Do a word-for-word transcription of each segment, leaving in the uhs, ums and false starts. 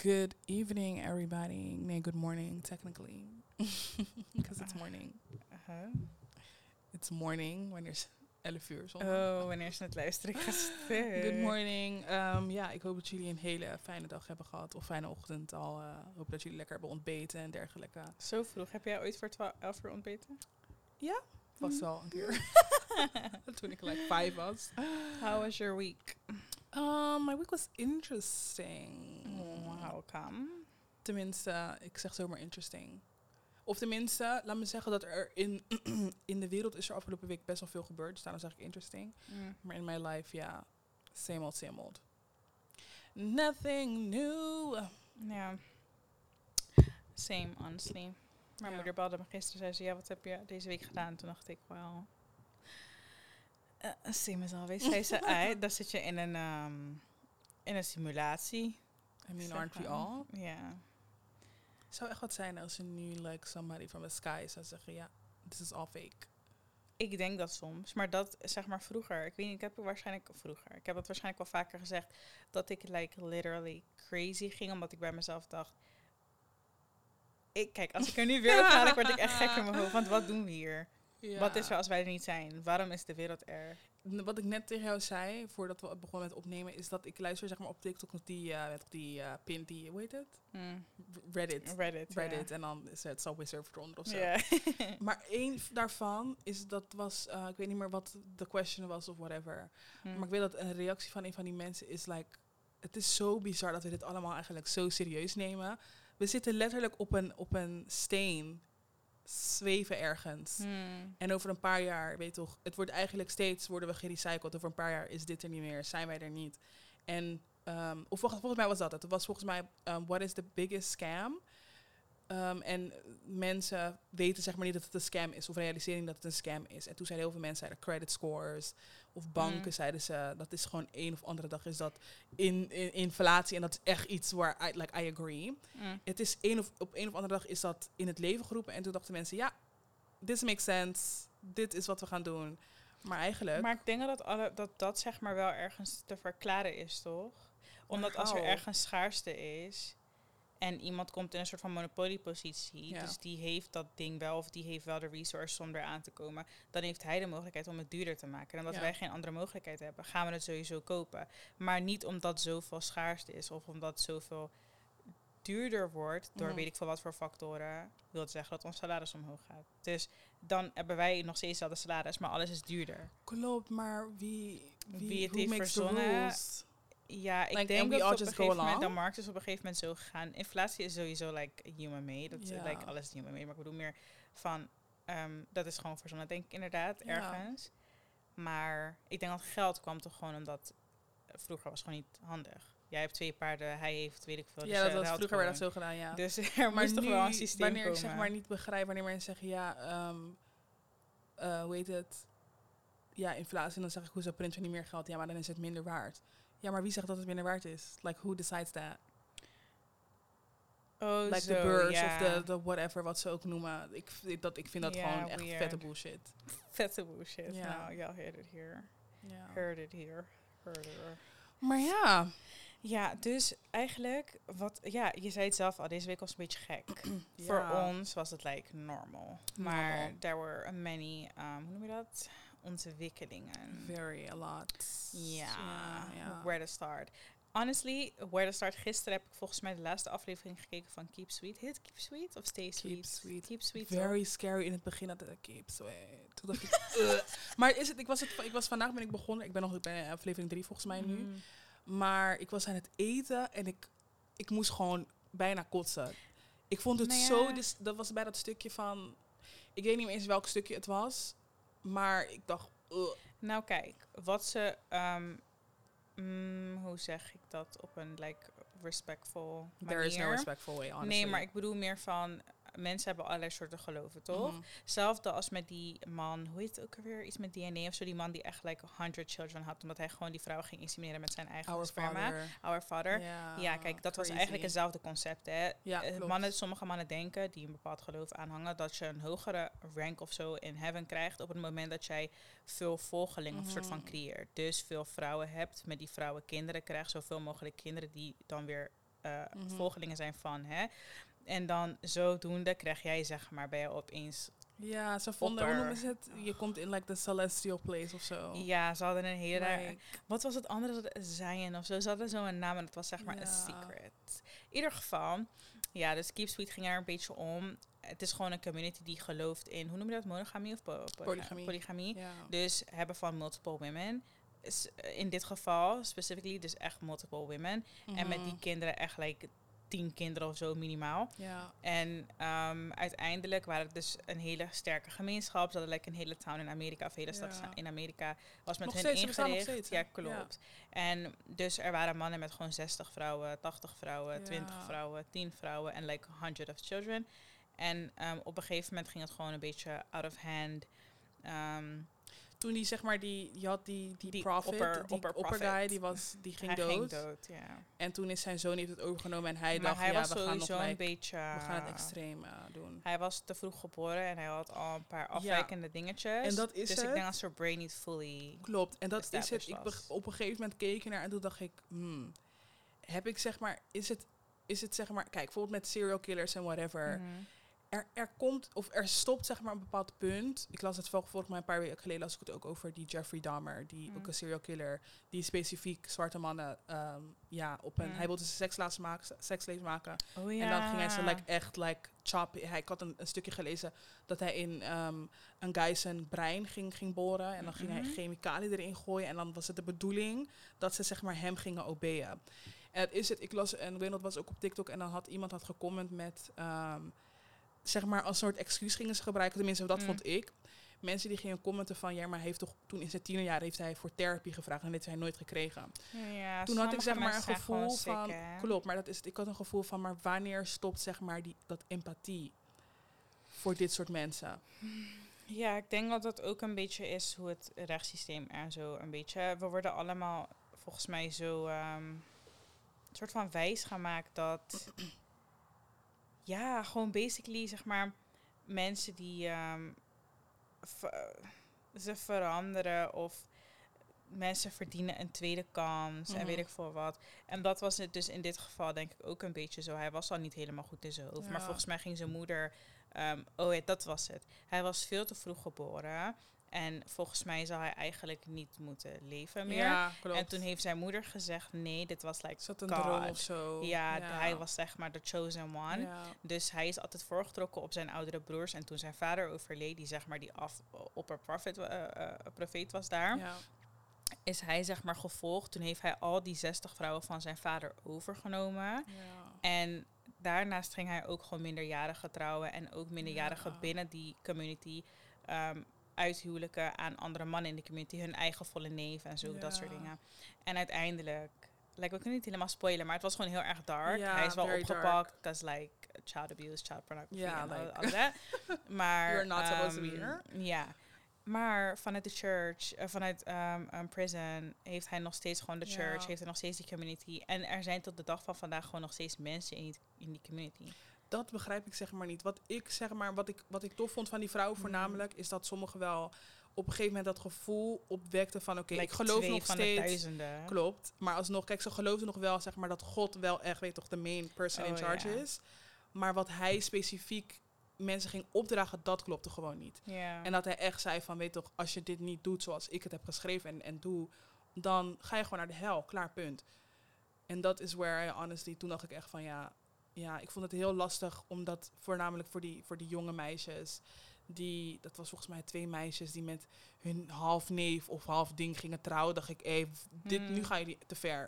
Good evening, everybody. Nee, good morning, technically. Because it's morning. Uh-huh. It's morning, wanneer is elf uur zondag. Oh, wanneer ze het luisteren, ik ga stuk. Good morning. Um, ja, ik hoop dat jullie een hele fijne dag hebben gehad. Of fijne ochtend al. Uh, hoop dat jullie lekker hebben ontbeten en dergelijke. Zo vroeg. Heb jij ooit voor twaalf, elf uur ontbeten? Ja, vast wel een keer. Toen ik like five was. How was your week? Um, my week was interesting. Oh, how come? Tenminste, ik zeg zomaar interesting. Of tenminste, laat me zeggen dat er in, in de wereld is er afgelopen week best wel veel gebeurd. Dus daarom zeg ik interesting. Mm. Maar in my life, ja, yeah, same old, same old. Nothing new. Ja. Same, honestly. Mijn Ja. moeder belde me gisteren. Zei ze, ja, wat heb je deze week gedaan? Toen dacht ik, wel... Uh, same as always. Zei ze, ah, dan zit je in een, um, in een simulatie. I mean, Zeg aren't we maar. all? Ja. Het zou echt wat zijn als er nu like somebody from the sky zou zeggen, ja, this is all fake. Ik denk dat soms, maar dat zeg maar vroeger. Ik weet niet, ik heb het waarschijnlijk vroeger. Ik heb het waarschijnlijk wel vaker gezegd dat ik like literally crazy ging, omdat ik bij mezelf dacht. Ik kijk, als ik er nu weer op ga, word ik echt gek in mijn hoofd. Want wat doen we hier? Ja. Wat is er als wij er niet zijn? Waarom is de wereld er? N- Wat ik net tegen jou zei, voordat we begonnen met opnemen, is dat ik luister zeg maar op TikTok op die, uh, met die uh, pin, die, hoe heet het? Hmm. Reddit. Reddit. Reddit. En dan is het Subway Surfer eronder of zo. Ja. Maar één daarvan is, dat was, uh, ik weet niet meer wat de question was of whatever. Hmm. Maar ik weet dat een reactie van een van die mensen is like, het is zo bizar dat we dit allemaal eigenlijk zo serieus nemen. We zitten letterlijk op een, op een steen, zweven ergens. Hmm. En over een paar jaar, weet je toch, het wordt eigenlijk steeds, worden we gerecycled. Over een paar jaar is dit er niet meer, zijn wij er niet. En, um, of volgens, volgens mij was dat het. Het was volgens mij, um, what is the biggest scam? Um, en mensen weten zeg maar niet dat het een scam is, of realiseren niet dat het een scam is. En toen zeiden heel veel mensen, zeiden credit scores, of banken, Mm. zeiden ze, dat is gewoon één of andere dag is dat in, in inflatie. En dat is echt iets waar, I, like, I agree. Hmm. Het is één of, op een of andere dag is dat in het leven geroepen. En toen dachten mensen, ja, this makes sense. Dit is wat we gaan doen. Maar eigenlijk... Maar ik denk dat alle, dat, dat zeg maar wel ergens te verklaren is, toch? Omdat als er how? ergens schaarste is en iemand komt in een soort van monopoliepositie, Ja. dus die heeft dat ding wel of die heeft wel de resources om eraan te komen, dan heeft hij de mogelijkheid om het duurder te maken. En omdat Ja. wij geen andere mogelijkheid hebben, gaan we het sowieso kopen. Maar niet omdat zoveel schaarste is of omdat zoveel duurder wordt door Mhm. weet ik veel wat voor factoren, wil het zeggen dat ons salaris omhoog gaat. Dus dan hebben wij nog steeds hetzelfde salaris, maar alles is duurder. Klopt, maar wie... Wie, Wie het who heeft makes the verzonnen, rules? Ja, ik Like, denk and we dat all op een just go gegeven moment, de along? markt is op een gegeven moment zo gegaan. Inflatie is sowieso like human made. Dat Ja. like alles is human made. Maar ik bedoel meer van, um, dat is gewoon verzonnen, denk ik inderdaad, Ja. ergens. Maar ik denk dat geld kwam toch gewoon omdat, uh, vroeger was gewoon niet handig. Jij hebt twee paarden, hij heeft weet ik veel. dus Ja, hij dat was, ruilt vroeger werd dat gewoon. zo gedaan, ja. Dus er maar moest toch nu, wel een systeem wanneer komen. ik zeg maar niet begrijp, wanneer mensen zeggen, ja, um, uh, hoe heet het? Ja, inflatie. En dan zeg ik, hoezo print je niet meer geld? Ja, maar dan is het minder waard. Ja, maar wie zegt dat het minder waard is? Like, who decides that? Oh, Like zo, de beurs ja. of de, de whatever, wat ze ook noemen. Ik, v- dat, ik vind dat Ja, gewoon echt weird. vette bullshit. Vette bullshit. Ja. Nou, y'all heard it here. Ja. Heard it here. Heard it here. Maar ja, Ja, dus eigenlijk, wat, ja, je zei het zelf al, deze week was een beetje gek. Ja. Voor ons was het like normal. Maar Normal. there were many, um, hoe noem je dat? Ontwikkelingen. very a lot. Ja, Ja, ja. where to start. Honestly, where to start. Gisteren heb ik volgens mij de laatste aflevering gekeken van Keep Sweet. Heet het Keep Sweet of Stay Sweet? Keep Sweet. Keep Sweet. Very scary in het begin dat ik keep sweet. Toen dacht ik, "Ugh." Maar is het, ik was het, ik was vandaag ben ik begonnen. Ik ben nog bij aflevering drie volgens mij nu. Mm. Maar ik was aan het eten en ik, ik moest gewoon bijna kotsen. Ik vond het Nou ja. zo, dus, dat was bij dat stukje van, ik weet niet meer eens welk stukje het was. Maar ik dacht, "Ugh." Nou kijk, wat ze, um, mm, hoe zeg ik dat op een like respectful manier? There is no respectful way, honestly. Nee, maar ik bedoel meer van, mensen hebben allerlei soorten geloven, toch? Mhm. Hetzelfde als met die man, hoe heet het ook alweer? Iets met D N A of zo. Die man die echt like honderd children had, omdat hij gewoon die vrouw ging insemineren met zijn eigen Our sperma. father. Our father. Ja, Ja, kijk, dat was crazy. eigenlijk hetzelfde concept, hè. Ja, Eh, klopt. mannen, sommige mannen denken, die een bepaald geloof aanhangen, dat je een hogere rank of zo in heaven krijgt op het moment dat jij veel volgelingen of soort van Mhm. creëert. Dus veel vrouwen hebt, met die vrouwen kinderen krijgt, zoveel mogelijk kinderen die dan weer uh, Mhm. volgelingen zijn van. Hè? En dan zodoende krijg jij, zeg maar, ben je opeens... Ja, ze vonden, hoe Opper. noemen ze het? Je komt in like the celestial place of zo. Ja, ze hadden een hele... raar- Like, Wat was het andere? Zion of zo. Ze hadden zo'n naam en het was zeg maar Ja. een secret. In ieder geval, ja, dus Keep Sweet ging er een beetje om. Het is gewoon een community die gelooft in, hoe noem je dat, monogamie of po- po- Polygamie. polygamie. ja. Dus hebben van multiple women. S- In dit geval, specifically, dus echt multiple women. En met die Mhm. kinderen echt like tien kinderen of zo minimaal. Ja. En um, uiteindelijk waren het dus een hele sterke gemeenschap. Ze hadden like een hele town in Amerika, of hele stad Ja. in Amerika, was met Nog hun steeds, ze bestaan nog ingericht. steeds, hè? Ja, klopt. En dus er waren mannen met gewoon zestig vrouwen, tachtig vrouwen, Ja. twintig vrouwen, tien vrouwen en like honderd of children. En um, op een gegeven moment ging het gewoon een beetje out of hand. Um, Toen die, zeg maar, die, je had die, die, Die prophet, opper- die opper opper prophet. guy, die, was, die ging hij dood. ging dood, ja. En toen is zijn zoon heeft het overgenomen en hij maar dacht, hij ja, was we gaan nog sowieso een like, beetje... we gaan het extreem uh, doen. Hij was te vroeg geboren en hij had al een paar afwijkende dingetjes. En dat is dus het. ik denk dat zijn brain niet fully... Klopt, en dat is het. established Ik was. beg- op een gegeven moment keek ik naar en toen dacht ik, hmm, heb ik zeg maar, is het, is het zeg maar, kijk, bijvoorbeeld met serial killers en whatever. Mhm. Er, er komt, of er stopt zeg maar een bepaald punt. Ik las het vol- volgens mij een paar weken geleden, las ik het ook over die Jeffrey Dahmer, die Mm. ook een serial killer, die specifiek zwarte mannen, ehm, ja, op een, Mm. hij wilde ze seks laten maken, sekslees maken. Oh ja. En dan ging hij ze like, echt like chop. Hij, ik had een, een stukje gelezen dat hij in ehm, een guy zijn brein ging, ging boren. En dan ging Mhm. hij chemicaliën erin gooien. En dan was het de bedoeling dat ze zeg maar hem gingen obeyen. En dat is het. Ik las, en weet dat was ook op TikTok. En dan had iemand had gecomment met, ehm, zeg maar, als soort excuus gingen ze gebruiken. Tenminste, dat Mm. vond ik. Mensen die gingen commenten van, ja, maar hij heeft toch toen in zijn tienerjaren heeft hij voor therapie gevraagd en dit heeft hij nooit gekregen. Ja, Toen had ik sommige zeg maar een mensen zijn gewoon gevoel sick, van, hè. klopt, maar dat is het. Ik had een gevoel van, maar wanneer stopt zeg maar die dat empathie voor dit soort mensen? Ja, ik denk dat dat ook een beetje is hoe het rechtssysteem er zo een beetje... We worden allemaal volgens mij zo ehm, een soort van wijs gemaakt dat... ja, gewoon basically zeg maar mensen die ehm, ver- ze veranderen of mensen verdienen een tweede kans en Mhm. weet ik veel wat. En dat was het dus in dit geval denk ik ook een beetje zo. Hij was al niet helemaal goed in zijn hoofd. Maar Ja. volgens mij ging zijn moeder... ehm, oh ja, dat was het. Hij was veel te vroeg geboren. En volgens mij zou hij eigenlijk niet moeten leven meer. Ja, klopt. En toen heeft zijn moeder gezegd... nee, dit was like Is dat een God. droom of zo? Ja, d- hij was zeg maar de chosen one. Ja. Dus hij is altijd voorgetrokken op zijn oudere broers. En toen zijn vader overleed, die zeg maar die af, opper prophet, uh, uh, profeet was daar... Ja. is hij zeg maar gevolgd. Toen heeft hij al die zestig vrouwen van zijn vader overgenomen. Ja. En daarnaast ging hij ook gewoon minderjarigen trouwen. En ook minderjarigen Ja. binnen die community um, uithuwelijken aan andere mannen in de community. Hun eigen volle neef en zo, Ja. dat soort dingen. En uiteindelijk, like, we kunnen niet helemaal spoilen, maar het was gewoon heel erg dark. Ja, hij is wel very opgepakt, because like child abuse, child pornography Ja, en al- like- al dat. Maar, You're not supposed to be um, here. Ja. Maar vanuit de church, uh, vanuit um, um, prison, heeft hij nog steeds gewoon de Ja. church, heeft hij nog steeds die community. En er zijn tot de dag van vandaag gewoon nog steeds mensen in die, in die community. Dat begrijp ik zeg maar niet. Wat ik zeg maar, wat ik, wat ik tof vond van die vrouwen Mhm. voornamelijk, is dat sommigen wel op een gegeven moment dat gevoel opwekten van oké, Like ik geloof twee nog van de steeds. duizenden. Klopt. Maar alsnog, kijk, ze geloofden nog wel zeg maar dat God wel echt, weet toch, de main person in Oh, charge ja. is. Maar wat hij specifiek mensen ging opdragen, dat klopte gewoon niet. Ja. En dat hij echt zei van, weet toch, als je dit niet doet zoals ik het heb geschreven en, en doe, dan ga je gewoon naar de hel. Klaar, punt. En dat is where I honestly, toen dacht ik echt van ja, ja, ik vond het heel lastig, omdat voornamelijk voor die, voor die jonge meisjes, die, dat was volgens mij twee meisjes die met hun half neef of half ding gingen trouwen, dacht ik, hé, dit, Hmm. nu ga je te ver.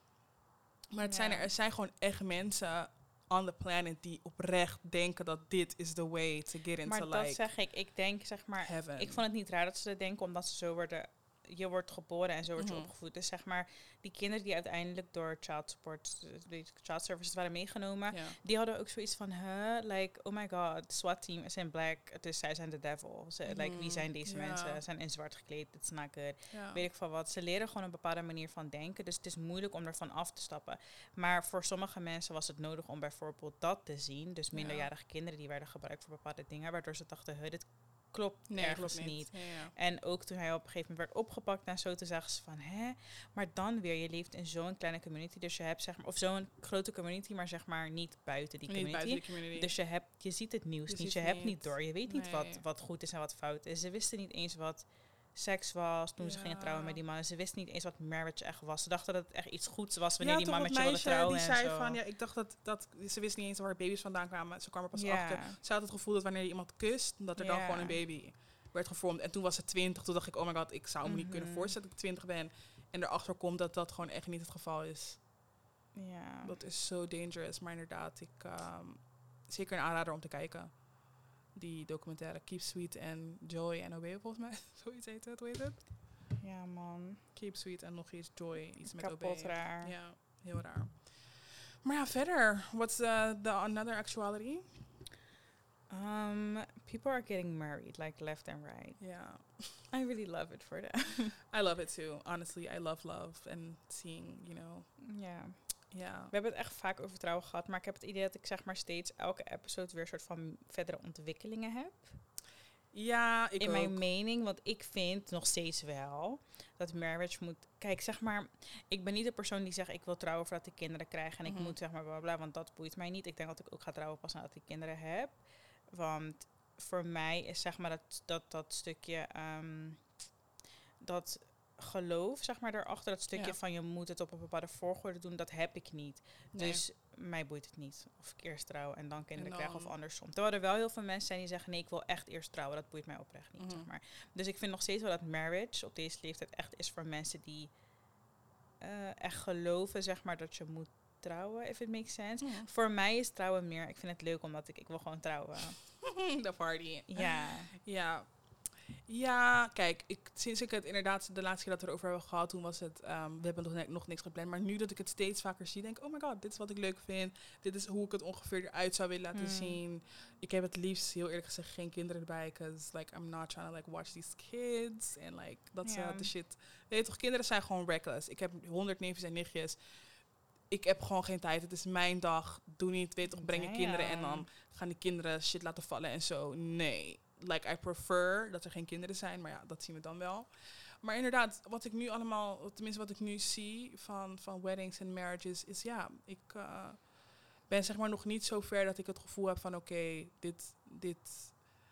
Maar het zijn Ja. er, er zijn gewoon echt mensen on the planet die oprecht denken dat dit is the way to get into Maar like dat zeg ik. Ik denk, zeg maar, heaven. ik vond het niet raar dat ze dat denken, omdat ze zo worden, je wordt geboren en zo wordt je Mhm. opgevoed. Dus zeg maar, die kinderen die uiteindelijk door child support, eh, die child services waren meegenomen, ja. die hadden ook zoiets van, huh, like, oh my god, SWAT team is in black, dus zij zijn de devil. Ze, like, wie Mhm. zijn deze Ja. mensen? Ze zijn in zwart gekleed, it's not good. Ja. Weet ik van wat. Ze leren gewoon een bepaalde manier van denken. Dus het is moeilijk om ervan af te stappen. Maar voor sommige mensen was het nodig om bijvoorbeeld dat te zien. Dus minderjarige kinderen die werden gebruikt voor bepaalde dingen. Waardoor ze dachten, huh, dit klopt Nee, ergens klopt niet. niet. Ja, ja. En ook toen hij op een gegeven moment werd opgepakt en zo, toen zagen ze van, hè? Maar dan weer, je leeft in zo'n kleine community, dus je hebt zeg maar, of zo'n grote community, maar zeg maar niet buiten die Niet community. buiten de community. Dus je, hebt, je ziet het nieuws Je niet, ziet je het hebt niet niet. door. Je weet niet wat, Nee. wat goed is en wat fout is. Ze wisten niet eens wat seks was toen ze Ja. gingen trouwen met die man. En ze wisten niet eens wat marriage echt was. Ze dachten dat het echt iets goeds was wanneer Ja, die toch, man dat met je wilde meisje trouwen die en zei zo. van, ja, ik dacht dat, dat, ze wist niet eens waar baby's vandaan kwamen. Ze kwam er pas Ja. achter. Ze had het gevoel dat wanneer je iemand kust, dat er dan Ja. gewoon een baby werd gevormd. En toen was ze twintig. Toen dacht ik, oh my god, ik zou me niet kunnen Mhm. voorstellen dat ik twintig ben. En erachter komt dat dat gewoon echt niet het geval is. Ja. Dat is zo dangerous. Maar inderdaad, ik, ehm, zeker een aanrader om te kijken. Die documentaire Keep Sweet en Joy en Obey, volgens mij. Zoiets heet het, hoe heet het? Ja, man. Keep Sweet en nog iets Joy, iets met Kapot Obey. raar. Ja, heel raar. Maar ja, verder. What's uh, the another actuality? Um, people are getting married, like left and right. Ja. I really love it for them. I love it too. Honestly, I love love. And seeing, you know, Ja. ja. We hebben het echt vaak over trouwen gehad, maar ik heb het idee dat ik zeg maar steeds elke episode weer een soort van verdere ontwikkelingen heb. Ja, ik in ook. mijn mening, want ik vind nog steeds wel dat marriage moet... Kijk, zeg maar, ik ben niet de persoon die zegt ik wil trouwen voordat ik kinderen krijg en Mhm. ik moet zeg maar bla bla, want dat boeit mij niet. Ik denk dat ik ook ga trouwen pas nadat ik kinderen heb. Want voor mij is zeg maar dat, dat, dat stukje, ehm, dat geloof zeg maar daarachter, dat stukje Ja. van je moet het op een bepaalde volgorde doen, dat heb ik niet. Nee. Dus mij boeit het niet of ik eerst trouw en dan kinderen En krijg of dan- andersom. Terwijl er wel heel veel mensen zijn die zeggen nee, ik wil echt eerst trouwen. Dat boeit mij oprecht niet, Mhm. zeg maar. Dus ik vind nog steeds wel dat marriage op deze leeftijd echt is voor mensen die eh, echt geloven, zeg maar, dat je moet trouwen, if it makes sense. Mhm. Voor mij is trouwen meer, ik vind het leuk omdat ik, ik wil gewoon trouwen. De party. Ja. Ja. Ja, kijk, ik, sinds ik het inderdaad de laatste keer dat we erover hebben gehad, toen was het, ehm, we hebben nog, ne- nog niks gepland. Maar nu dat ik het steeds vaker zie, denk ik, oh my god, dit is wat ik leuk vind. Dit is hoe ik het ongeveer eruit zou willen laten Hmm. zien. Ik heb het liefst, heel eerlijk gezegd, geen kinderen erbij. Because like, I'm not trying to like watch these kids. En like, dat Ja. soort de shit. Weet je toch, kinderen zijn gewoon reckless. Ik heb honderd neefjes en nichtjes. Ik heb gewoon geen tijd. Het is mijn dag. Doe niet, weet je toch, breng je kinderen en dan gaan die kinderen shit laten vallen en zo. Nee. Like, I prefer dat er geen kinderen zijn, maar ja, dat zien we dan wel. Maar inderdaad, wat ik nu allemaal, tenminste wat ik nu zie van, van weddings en marriages, is ja, ik uh, ben zeg maar nog niet zo ver dat ik het gevoel heb van oké, okay, dit, dit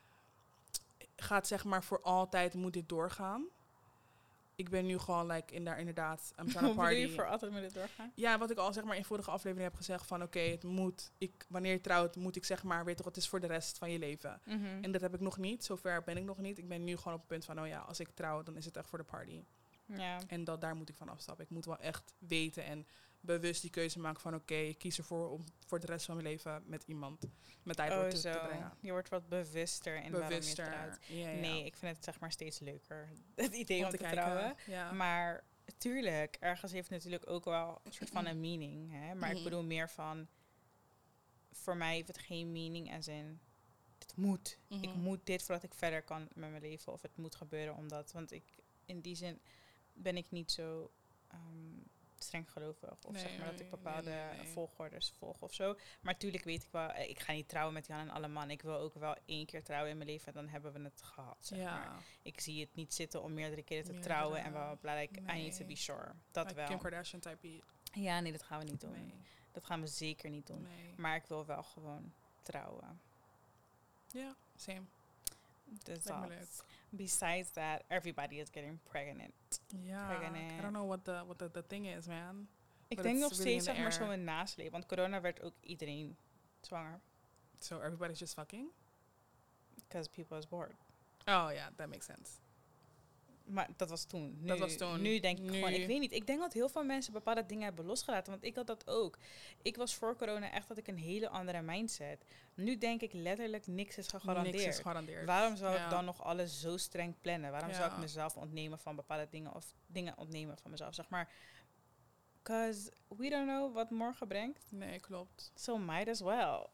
gaat zeg maar voor altijd, moet dit doorgaan. Ik ben nu gewoon like in daar inderdaad, I'm trying to Hoe bedoel party. je voor altijd met het doorgaan? Ja, wat ik al zeg maar in vorige aflevering heb gezegd van oké, het moet, ik, wanneer je trouwt, moet ik zeg maar, weet toch, het is voor de rest van je leven. Mhm. En dat heb ik nog niet, zover ben ik nog niet. Ik ben nu gewoon op het punt van, oh ja, als ik trouw, dan is het echt voor de party. Ja. En dat, daar moet ik van afstappen. Ik moet wel echt weten en bewust die keuze maken van oké, ik kies ervoor om voor de rest van mijn leven met iemand met tijd door Oh te, te zo, brengen. je wordt wat bewuster in Bewuster. waarom je trouwt. Ja, ja. Nee, ik vind het zeg maar steeds leuker, het idee om, te, kijken. trouwen. Ja. Maar tuurlijk, ergens heeft het natuurlijk ook wel een soort van een meaning. Hè? Maar ik Mhm. bedoel meer van, voor mij heeft het geen meaning als in, het moet. Mhm. Ik moet dit voordat ik verder kan met mijn leven. Of het moet gebeuren omdat, want ik, in die zin ben ik niet zo ehm, streng gelovig. Of Nee, zeg maar dat ik nee, bepaalde nee, nee, nee. volgordes volg of zo. Maar natuurlijk weet ik wel, eh, ik ga niet trouwen met Jan en alle man. Ik wil ook wel één keer trouwen in mijn leven en dan hebben we het gehad. Zeg ja. maar. Ik zie het niet zitten om meerdere keren te Meerdere, trouwen en bla bla bla. Like, I need to nee. be sure. Dat Like wel. Kim Kardashian type beat. Ja, nee, dat gaan we niet doen. Nee. Dat gaan we zeker niet doen. Nee. Maar ik wil wel gewoon trouwen. Ja, same. Dus Lijkt me dat. leuk. Besides that, everybody is getting pregnant. Ja, Pregnant. I don't know what the, what the, the thing is, man. Ik But denk it's nog really in steeds the zeg maar air. zo een nasleep. Want corona werd ook iedereen zwanger. So everybody's just fucking? Because people was bored. Oh ja, that makes sense. Maar dat was toen. Nu, Dat was toen. Nu denk ik Nu- gewoon, ik weet niet. Ik denk dat heel veel mensen bepaalde dingen hebben losgelaten. Want ik had dat ook. Ik was voor corona echt dat ik een hele andere mindset. Nu denk ik letterlijk niks is gegarandeerd. Niks is gegarandeerd. Waarom zou Ja. ik dan nog alles zo streng plannen? Waarom zou ik Ja. mezelf ontnemen van bepaalde dingen of dingen ontnemen van mezelf? Zeg maar, because we don't know wat morgen brengt. Nee, klopt. So might as well.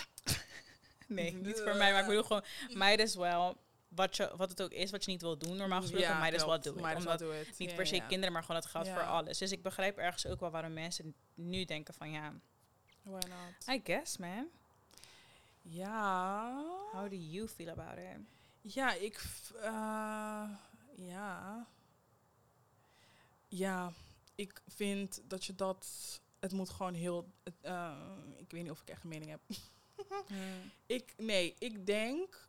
Nee, niet voor mij, maar ik bedoel gewoon, might as well. Wat, je, wat het ook is, wat je niet wil doen, normaal gesproken, Ja, might as well klopt. do it. Might as well Omdat do it. niet Ja, per se ja. kinderen, maar gewoon het geldt Ja. voor alles. Dus ik begrijp ergens ook wel waarom mensen nu denken van, ja, Why not? I guess, man. Ja. How do you feel about it? Ja, ik... f- eh, ja... Ja, ik vind dat je dat... Het moet gewoon heel... het, eh, ik weet niet of ik echt een mening heb. Hmm. Ik, nee, ik denk...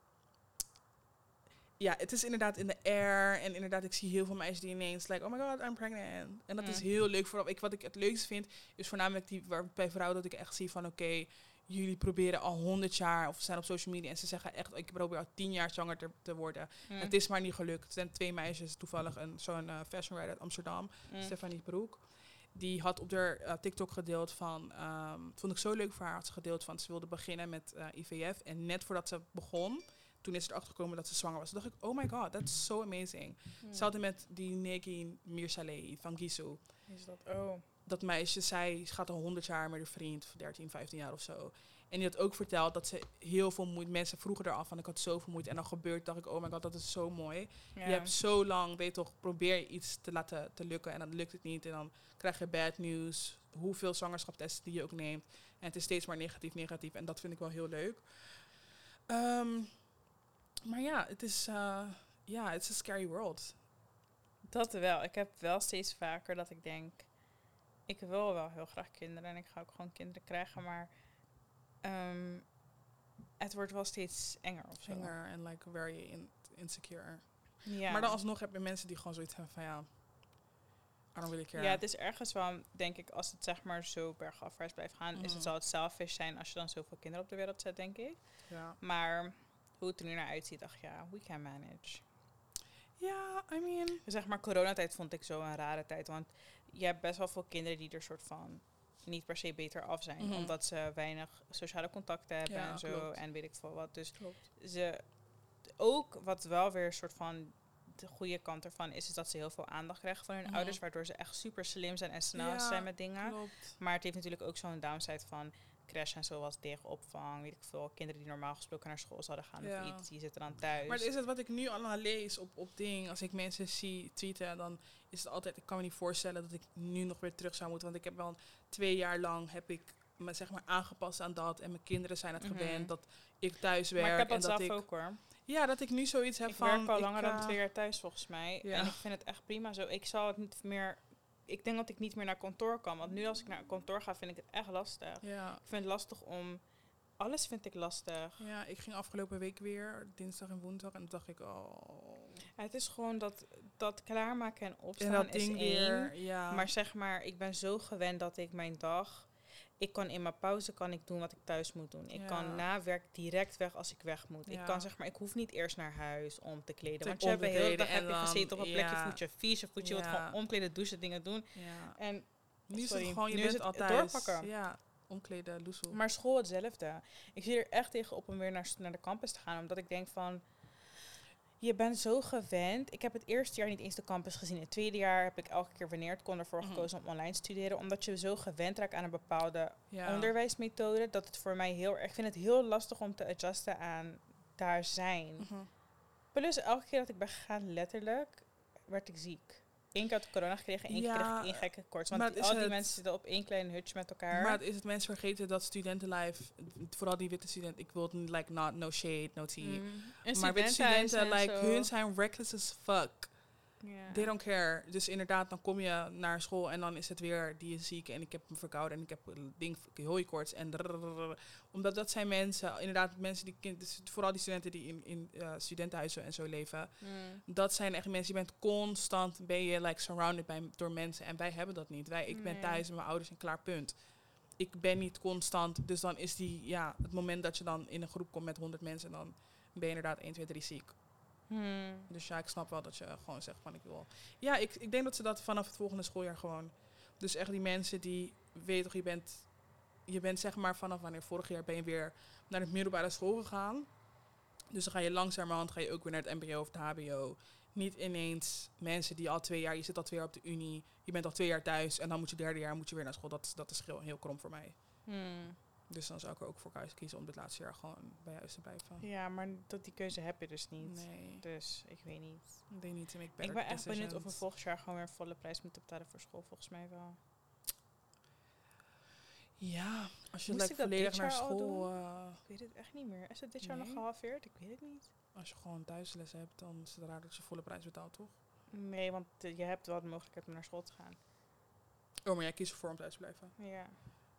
Ja, het is inderdaad in de air. En inderdaad, ik zie heel veel meisjes die ineens... Like, oh my god, I'm pregnant. En dat is Mm. heel leuk. Vooral, ik, wat ik het leukste vind, is voornamelijk die, waar, bij vrouwen dat ik echt zie van... Oké, jullie proberen al honderd jaar of zijn op social media... En ze zeggen echt, ik probeer al tien jaar zwanger te, te worden. Hmm. Het is maar niet gelukt. Er zijn twee meisjes, toevallig een, zo'n uh, fashion writer uit Amsterdam... Hmm. Stefanie Broek. Die had op haar uh, TikTok gedeeld van... Um, vond ik zo leuk voor haar, had ze gedeeld van... Ze wilde beginnen met uh, I V F. En net voordat ze begon... Toen is ze erachter gekomen dat ze zwanger was. Toen dacht ik, oh my god, that's so amazing. Hmm. Ze hadden met die Negin Mirsaleh van Gisou. Is dat, oh. Dat meisje, zij gaat al honderd jaar met haar vriend, dertien, vijftien jaar of zo. En die had ook verteld dat ze heel veel moeite... Mensen vroegen eraf van, ik had zoveel moeite. En dan gebeurt, dacht ik, oh my god, dat is zo mooi. Ja. Je hebt zo lang, weet je toch, probeer je iets te laten te lukken. En dan lukt het niet. En dan krijg je bad news. Hoeveel zwangerschapstesten die je ook neemt. En het is steeds maar negatief, negatief. En dat vind ik wel heel leuk. Um, maar ja, het is... Uh, ja, het is een scary world. Dat wel. Ik heb wel steeds vaker dat ik denk... Ik wil wel heel graag kinderen. En ik ga ook gewoon kinderen krijgen. Maar... Um, het wordt wel steeds enger of zo. Enger en like very in, insecure. Ja. Maar dan alsnog heb je mensen die gewoon zoiets hebben van ja... I don't really care. Ja, het is ergens wel, denk ik, als het zeg maar zo bergafwaarts blijft gaan... Mm. is het zal het selfish zijn als je dan zoveel kinderen op de wereld zet, denk ik. Ja. Maar hoe het er nu naar uitziet, dacht ja, we can manage. Ja, I mean... Zeg maar, coronatijd vond ik zo een rare tijd. Want je hebt best wel veel kinderen die er soort van... niet per se beter af zijn. Mm-hmm. Omdat ze weinig sociale contacten hebben ja, en zo. Klopt. En weet ik veel wat. Dus klopt. ze... Ook wat wel weer een soort van... de goede kant ervan is, is dat ze heel veel aandacht krijgen van hun Mm-hmm. ouders. Waardoor ze echt super slim zijn en snel ja, zijn met dingen. Klopt. Maar het heeft natuurlijk ook zo'n downside van... crash en zo was tegen opvang. Weet ik veel. Kinderen die normaal gesproken naar school zouden gaan ja. of iets. Die zitten dan thuis. Maar is het wat ik nu allemaal lees op, op ding. Als ik mensen zie tweeten, dan is het altijd... Ik kan me niet voorstellen dat ik nu nog weer terug zou moeten. Want ik heb wel twee jaar lang heb ik me zeg maar aangepast aan dat. En mijn kinderen zijn het Mm-hmm. gewend dat ik thuis werk. Maar ik heb dat en dat zelf ik, ook hoor. Ja, dat ik nu zoiets heb ik van... werk al langer ik, uh, dan twee jaar thuis volgens mij. Ja. En ik vind het echt prima zo. Ik zal het niet meer... Ik denk dat ik niet meer naar kantoor kan. Want nu als ik naar kantoor ga, vind ik het echt lastig. Ja. Ik vind het lastig om... Alles vind ik lastig. Ja, ik ging afgelopen week weer, dinsdag en woensdag. En toen dacht ik, oh... Het is gewoon dat, dat klaarmaken en opstaan En dat is ding één. weer, ja. Maar zeg maar, ik ben zo gewend dat ik mijn dag... Ik kan in mijn pauze kan ik doen wat ik thuis moet doen. Ik Ja. kan na werk direct weg als ik weg moet. Ja. Ik kan zeg maar, ik hoef niet eerst naar huis om te kleden. Te want je hebt de hele omkleden dag en heb je dan- gezeten op een plekje, ja. voet je vies, je voet je Ja. wilt gewoon omkleden, douchen, dingen doen. ja. En Nu is sorry, het gewoon, je nu is bent het altijd... doorpakken. Ja, omkleden, loesel. Maar school hetzelfde. Ik zie er echt tegen op om weer naar, naar de campus te gaan. Omdat ik denk van... Je bent zo gewend. Ik heb het eerste jaar niet eens de campus gezien. Het tweede jaar heb ik elke keer wanneer het kon ervoor Mhm. gekozen om online te studeren. Omdat je zo gewend raakt aan een bepaalde ja. onderwijsmethode. Dat het voor mij heel erg... Ik vind het heel lastig om te adjusten aan daar zijn. Mhm. Plus elke keer dat ik ben gegaan, letterlijk, werd ik ziek. Eén keer had ik corona gekregen, één Ja, keer kreeg ik één gekke koorts. maar Want het al is die het- mensen zitten op één klein hutje met elkaar. Maar het is het mensen vergeten dat studentenlife, vooral die witte studenten, ik wil het niet, like, not, no shade, no tea. Mm. En Maar witte studentenhuis studenten, en like, zo. hun zijn reckless as fuck. Ja. They don't care. Dus inderdaad, dan kom je naar school en dan is het weer, die is ziek en ik heb me verkouden en ik heb een ding, hooikoorts en drrrr. Omdat dat zijn mensen, inderdaad mensen die, kind, dus vooral die studenten die in, in uh, studentenhuizen en zo leven. Mm. Dat zijn echt mensen, je bent constant, ben je like surrounded bij, door mensen. En wij hebben dat niet. Wij, ik ben Nee. thuis met mijn ouders en klaar, punt. Ik ben niet constant, dus dan is die, ja, het moment dat je dan in een groep komt met honderd mensen, dan ben je inderdaad één, twee, drie ziek. Hmm. Dus ja, ik snap wel dat je gewoon zegt van ik wil. Ja, ik, ik denk dat ze dat vanaf het volgende schooljaar gewoon. Dus echt die mensen die, weet toch, je bent, je bent zeg maar vanaf wanneer, vorig jaar ben je weer naar de middelbare school gegaan. Dus dan ga je langzamerhand, ga je ook weer naar het mbo of het hbo. Niet ineens mensen die al twee jaar, je zit al twee jaar op de unie, je bent al twee jaar thuis en dan moet je derde jaar moet je weer naar school. Dat, is- dat is heel, heel krom voor mij. Hmm. Dus dan zou ik er ook voor kiezen om dit laatste jaar gewoon bij huis te blijven. Ja, maar dat die keuze heb je dus niet. Nee, Dus ik weet niet. they need to make better Ik ben echt benieuwd of we decisions. volgend jaar gewoon weer volle prijs moeten betalen voor school. Volgens mij wel. Ja, als je Moest like, ik dat volledig dit naar jaar al school... doen? eh, Ik weet het echt niet meer. Is het dit jaar nog Nee. gehalveerd? Ik weet het niet. Als je gewoon thuisles hebt, dan is het raar dat je volle prijs betaalt, toch? Nee, want uh, je hebt wel de mogelijkheid om naar school te gaan. Oh, maar jij kiest ervoor om thuis te blijven? Ja.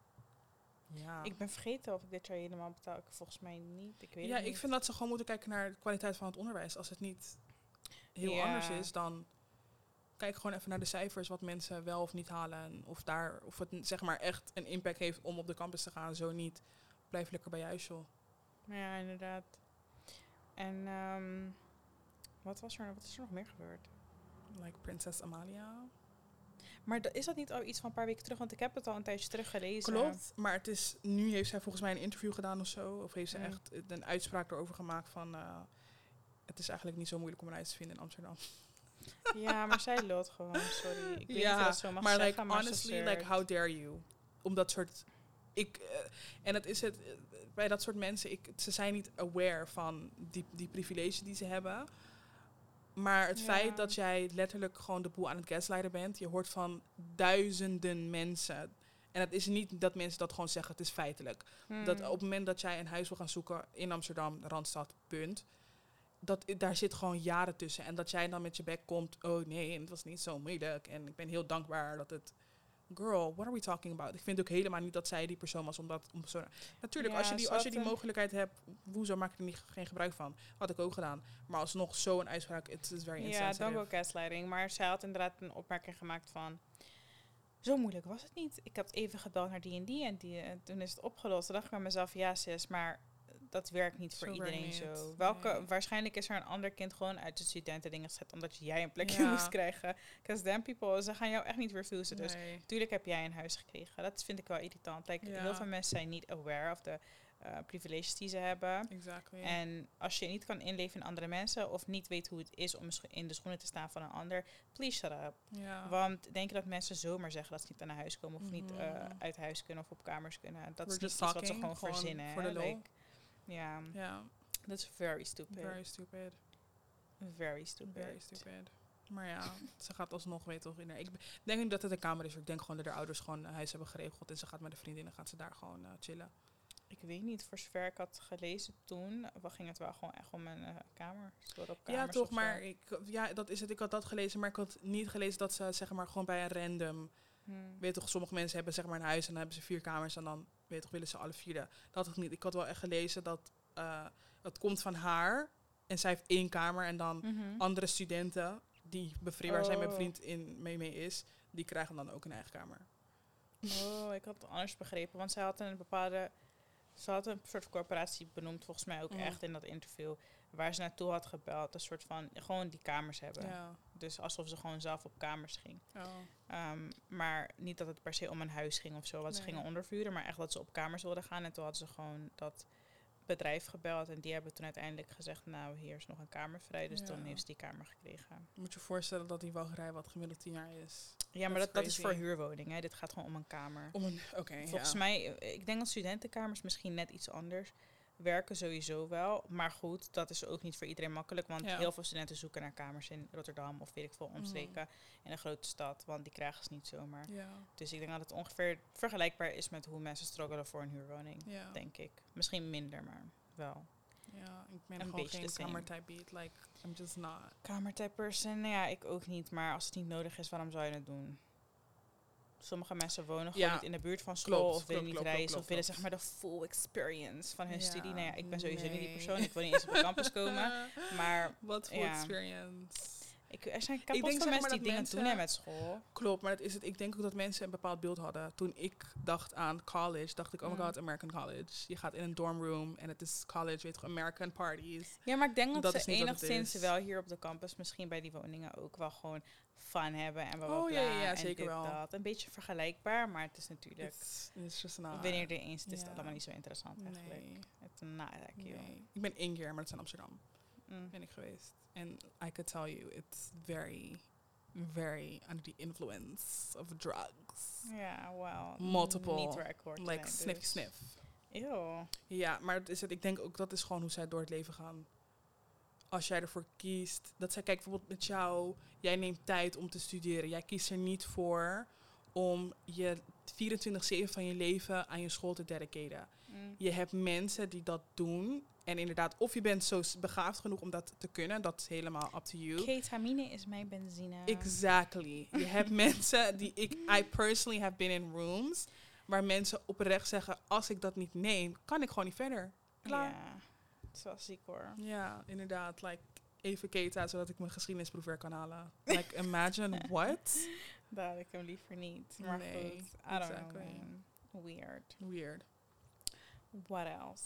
Ja. Ik ben vergeten of ik dit jaar helemaal betaal. Ik volgens mij niet. Ik weet ja, het niet. ik vind dat ze gewoon moeten kijken naar de kwaliteit van het onderwijs. Als het niet heel Ja. anders is, dan kijk gewoon even naar de cijfers, wat mensen wel of niet halen. En of, daar, of het zeg maar echt een impact heeft om op de campus te gaan. Zo niet, blijf lekker bij je huis, joh. Ja, inderdaad. En um, wat was er, wat is er nog meer gebeurd? Like Prinses Amalia. Maar da- is dat niet al iets van een paar weken terug? Want ik heb het al een tijdje terug gelezen. Klopt, maar het is, nu heeft zij volgens mij een interview gedaan of zo. Of heeft ze Mm. echt een uitspraak erover gemaakt van... Uh, het is eigenlijk niet zo moeilijk om een huis te vinden in Amsterdam. Ja, maar zij loopt gewoon, sorry. Ik weet ja, niet of dat zo mag maar zeggen, like, maar ze honestly, zeurt. like, how dare you? Om dat soort... Ik, uh, en het is het... Uh, bij dat soort mensen, ik, ze zijn niet aware van die, die privilege die ze hebben. Maar het Ja. feit dat jij letterlijk gewoon de boel aan het gaslighten bent... Je hoort van duizenden mensen... En het is niet dat mensen dat gewoon zeggen, het is feitelijk. Hmm. Dat op het moment dat jij een huis wil gaan zoeken in Amsterdam, Randstad, punt... Dat, daar zit gewoon jaren tussen. En dat jij dan met je bek komt, oh nee, en het was niet zo moeilijk. En ik ben heel dankbaar dat het... Girl, what are we talking about? Ik vind ook helemaal niet dat zij die persoon was. Omdat, om zo, natuurlijk, Ja, als je die, ze als je had die een- mogelijkheid hebt, hoezo maak ik er niet, geen gebruik van? Had ik ook gedaan. Maar alsnog zo'n uitspraak, het is very Ja, insensitive. dank ook gaslighting. Maar zij had inderdaad een opmerking gemaakt van... Zo moeilijk was het niet. Ik heb even gebeld naar die en die en die. En toen is het opgelost. Toen dacht ik bij mezelf, ja sis, maar dat werkt niet voor Zo werkt iedereen niet. zo. Welke, Nee. Waarschijnlijk is er een ander kind gewoon uit de studenten dingen gezet... omdat jij een plekje Ja. moest krijgen. Because them people, ze gaan jou echt niet refusen. Dus Nee. tuurlijk heb jij een huis gekregen. Dat vind ik wel irritant. Like, Ja. Heel veel mensen zijn niet aware of de uh, privileges die ze hebben. Exactly. En als je niet kan inleven in andere mensen... of niet weet hoe het is om scho- in de schoenen te staan van een ander... please shut up. ja. Want denk je dat mensen zomaar zeggen dat ze niet naar huis komen... of niet uh, Mhm. uit huis kunnen of op kamers kunnen? Dat We're is niet just iets wat ze talking, gewoon gewoon verzinnen. voor hè. de lol. Like, ja, Ja, dat is very stupid. very stupid. Very stupid. Very stupid. Maar ja, ze gaat alsnog weer toch in haar... Ik denk niet dat het een kamer is. Ik denk gewoon dat haar ouders gewoon een huis hebben geregeld. En ze gaat met de vriendinnen, gaat ze daar gewoon uh, chillen. Ik weet niet, voor zover ik had gelezen toen... wel ging het wel gewoon echt om een uh, kamer. Door op Ja, kamers toch, of zo. maar ik, ja, dat is het. Ik had dat gelezen, maar ik had niet gelezen dat ze zeg maar gewoon bij een random... Hmm. Weet je toch, sommige mensen hebben zeg maar een huis en dan hebben ze vier kamers en dan weet je toch, willen ze alle vier. Dat had ik niet. Ik had wel echt gelezen dat uh, het komt van haar en zij heeft één kamer en dan Mhm. andere studenten die bevriend, waar zij met Oh. vriend in mee mee is, die krijgen dan ook een eigen kamer. Oh, ik had het anders begrepen. Want zij had een bepaalde... Ze had een soort corporatie benoemd, volgens mij ook Mm. echt in dat interview... waar ze naartoe had gebeld. Een soort van... Gewoon die kamers hebben. Ja. Dus alsof ze gewoon zelf op kamers ging. Oh. Um, maar niet dat het per se om een huis ging of zo. Wat ze Nee. gingen ondervuren. Maar echt dat ze op kamers wilden gaan. En toen hadden ze gewoon dat bedrijf gebeld. En die hebben toen uiteindelijk gezegd... Nou, hier is nog een kamer vrij. Dus Ja. dan heeft ze die kamer gekregen. Moet je je voorstellen dat die wachtrij wat gemiddeld tien jaar is. Ja, maar That's dat, dat is crazy. voor huurwoning. Hè. Dit gaat gewoon om een kamer. Om een, oké, okay, Volgens ja. mij, eh, ik denk dat studentenkamers misschien net iets anders werken sowieso wel. Maar goed, dat is ook niet voor iedereen makkelijk. Want Ja. heel veel studenten zoeken naar kamers in Rotterdam of weet ik veel omstreken in een grote stad. Want die krijgen ze niet zomaar. Ja, Dus ik denk dat het ongeveer vergelijkbaar is met hoe mensen struggelen voor een huurwoning. ja. Denk ik. Misschien minder, maar wel. Ja, ik ben Een gewoon beetje geen the same. kamertype beat. Like, I'm just not. Kamertype person, nou ja, ik ook niet. Maar als het niet nodig is, waarom zou je het doen? Sommige mensen wonen gewoon Ja, niet in de buurt van school klopt, of willen klopt, niet klopt, reizen klopt, of willen klopt. zeg maar de full experience van hun Ja, studie. Nou ja, ik ben sowieso niet die nee. persoon. Ik wil niet eens op de campus komen. Maar Wat voor ja. experience. ik, er zijn Ik kapot denk, van zeg mensen maar, die dat dingen mensen- doen hè, met school. Klopt, maar dat is het. Ik denk ook dat mensen een bepaald beeld hadden. Toen ik dacht aan college, dacht ik, oh my Mm. god, American college. Je gaat in een dormroom en het is college, weet je, American parties. Ja, maar ik denk dat, Dat ze is niet wat het enigszins is. wel hier op de campus, misschien bij die woningen ook wel gewoon fun hebben en wel wat Oh, ja, bla ja, ja, en zeker dit, wel. dat. Een beetje vergelijkbaar, maar het is natuurlijk... It's, it's just not. Wanneer er eens is, is het ja. allemaal niet zo interessant eigenlijk. Nee, Het is not that cute. nee. Ik ben één keer, maar dat is in Amsterdam. Mm. Ben ik geweest. En I could tell you, it's very, very under the influence of drugs. Ja, well. Multiple, Niet waar ik hoor te Like zijn, sniff, dus. sniff. Ew. Ja, maar het is het, ik denk ook dat is gewoon hoe zij door het leven gaan. Als jij ervoor kiest, dat zij, kijk bijvoorbeeld met jou, jij neemt tijd om te studeren. Jij kiest er niet voor om je vierentwintig zeven van je leven aan je school te dedicaten. Mm. Je hebt mensen die dat doen. En inderdaad, of je bent zo s- begaafd genoeg om dat te kunnen. Dat is helemaal up to you. Ketamine is mijn benzine. Exactly. Je hebt mensen die ik... I personally have been in rooms... waar mensen oprecht zeggen... als ik dat niet neem, kan ik gewoon niet verder. Klaar. Ja, het is wel ziek hoor. Ja, inderdaad. Like, even keta, zodat ik mijn geschiedenisproef weer kan halen. Like, imagine what? Dat had ik hem liever niet. Maar Nee, goed, I don't exactly. know. Man. Weird. Weird. What else?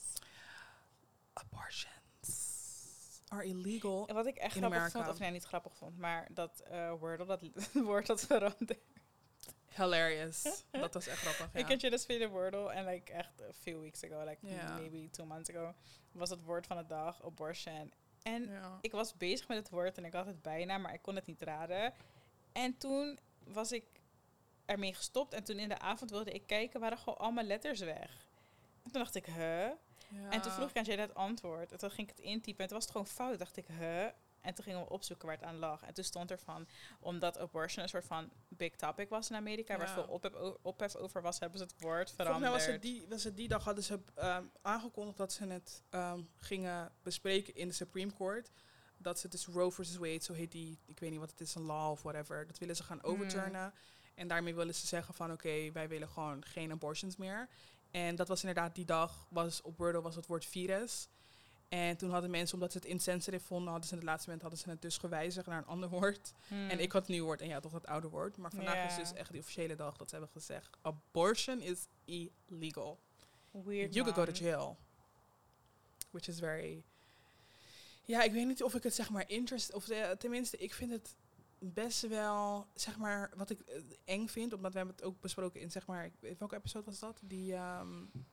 Abortions are illegal. En wat ik echt In grappig Amerika. vond, of nee, niet grappig vond, maar dat eh Wordle, dat woord dat veranderde. Hilarious. Dat was echt grappig, ja. Ik had je dus spelen Wordle en like echt a few weeks ago, like Ja. maybe two months ago, was het woord van de dag abortion. En Ja. ik was bezig met het woord en ik had het bijna, maar ik kon het niet raden. En toen was ik ermee gestopt en toen in de avond wilde ik kijken, waren gewoon allemaal letters weg. En toen dacht ik, huh? Ja. En toen vroeg ik aan jij het antwoord. En toen ging ik het intypen en toen was het gewoon fout. dacht ik, huh? En toen gingen we opzoeken waar het aan lag. En toen stond er van, omdat abortion een soort van big topic was in Amerika, waar Ja. veel ophef, o- ophef over was, hebben ze het woord Volgens mij veranderd. was het, die, was het die dag hadden ze ehm, aangekondigd dat ze het ehm, gingen bespreken in de Supreme Court. Dat ze dus Roe versus Wade, zo heet die, ik weet niet wat het is, een law of whatever. Dat willen ze gaan overturnen. En daarmee willen ze zeggen van oké, wij willen gewoon geen abortions meer. En dat was inderdaad die dag, was op Wordle was het woord virus. En toen hadden mensen, omdat ze het insensitive vonden, hadden ze in het laatste moment hadden ze het dus gewijzigd naar een ander woord. Hmm. En ik had het nieuwe woord en ja, toch het oude woord. Maar vandaag Ja. is dus echt die officiële dag dat ze hebben gezegd, abortion is illegal. Weird, You could go man. to jail. Which is very... Ja, ik weet niet of ik het zeg maar interest... Of eh, tenminste, ik vind het best wel, zeg maar, wat ik eh, eng vind. Omdat we hebben het ook besproken in, zeg maar... ik weet- Welke episode was dat? Die... ehm,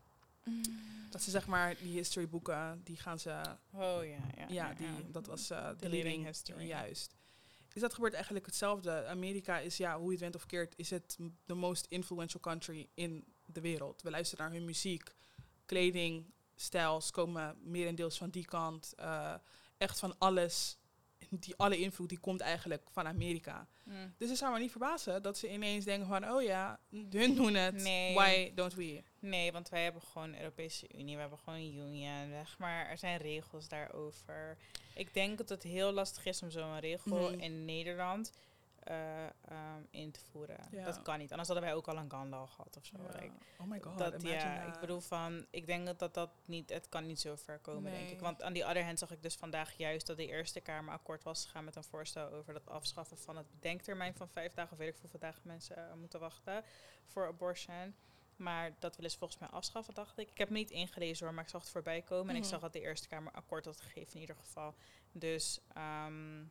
dat ze zeg maar die historyboeken, die gaan ze... Oh ja, ja. Ja, die, dat was uh, Deleting deleting history. Juist. Dus dat gebeurt eigenlijk hetzelfde. Amerika is, ja, hoe je het went of keert, is het m- the most influential country in de wereld. We luisteren naar hun muziek, kleding, stijls komen merendeels van die kant. Uh, echt van alles. Die, alle invloed die komt eigenlijk van Amerika. Mm. Dus het zou me niet verbazen dat ze ineens denken van, oh ja, hun doen het, Nee. why don't we? Nee, want wij hebben gewoon Europese Unie, we hebben gewoon een union, zeg maar. Er zijn regels daarover. Ik denk dat het heel lastig is om zo'n regel Mhm. in Nederland uh, um, in te voeren. Ja. Dat kan niet. Anders hadden wij ook al een gun law gehad of zo. Ja. Like, Oh my god, dat, imagine ja, that. ik bedoel van, ik denk dat, dat dat niet, het kan niet zo ver komen, denk Nee. ik. Want aan die andere hand zag ik dus vandaag juist dat de Eerste Kamer akkoord was gegaan met een voorstel over het afschaffen van het bedenktermijn van vijf dagen, of weet ik hoeveel dagen mensen uh, moeten wachten voor abortion. Maar dat willen ze volgens mij afschaffen, dacht ik. Ik heb me niet ingelezen hoor, maar ik zag het voorbij komen. En ik Mhm. zag dat de Eerste Kamer akkoord had gegeven in ieder geval. Dus, um,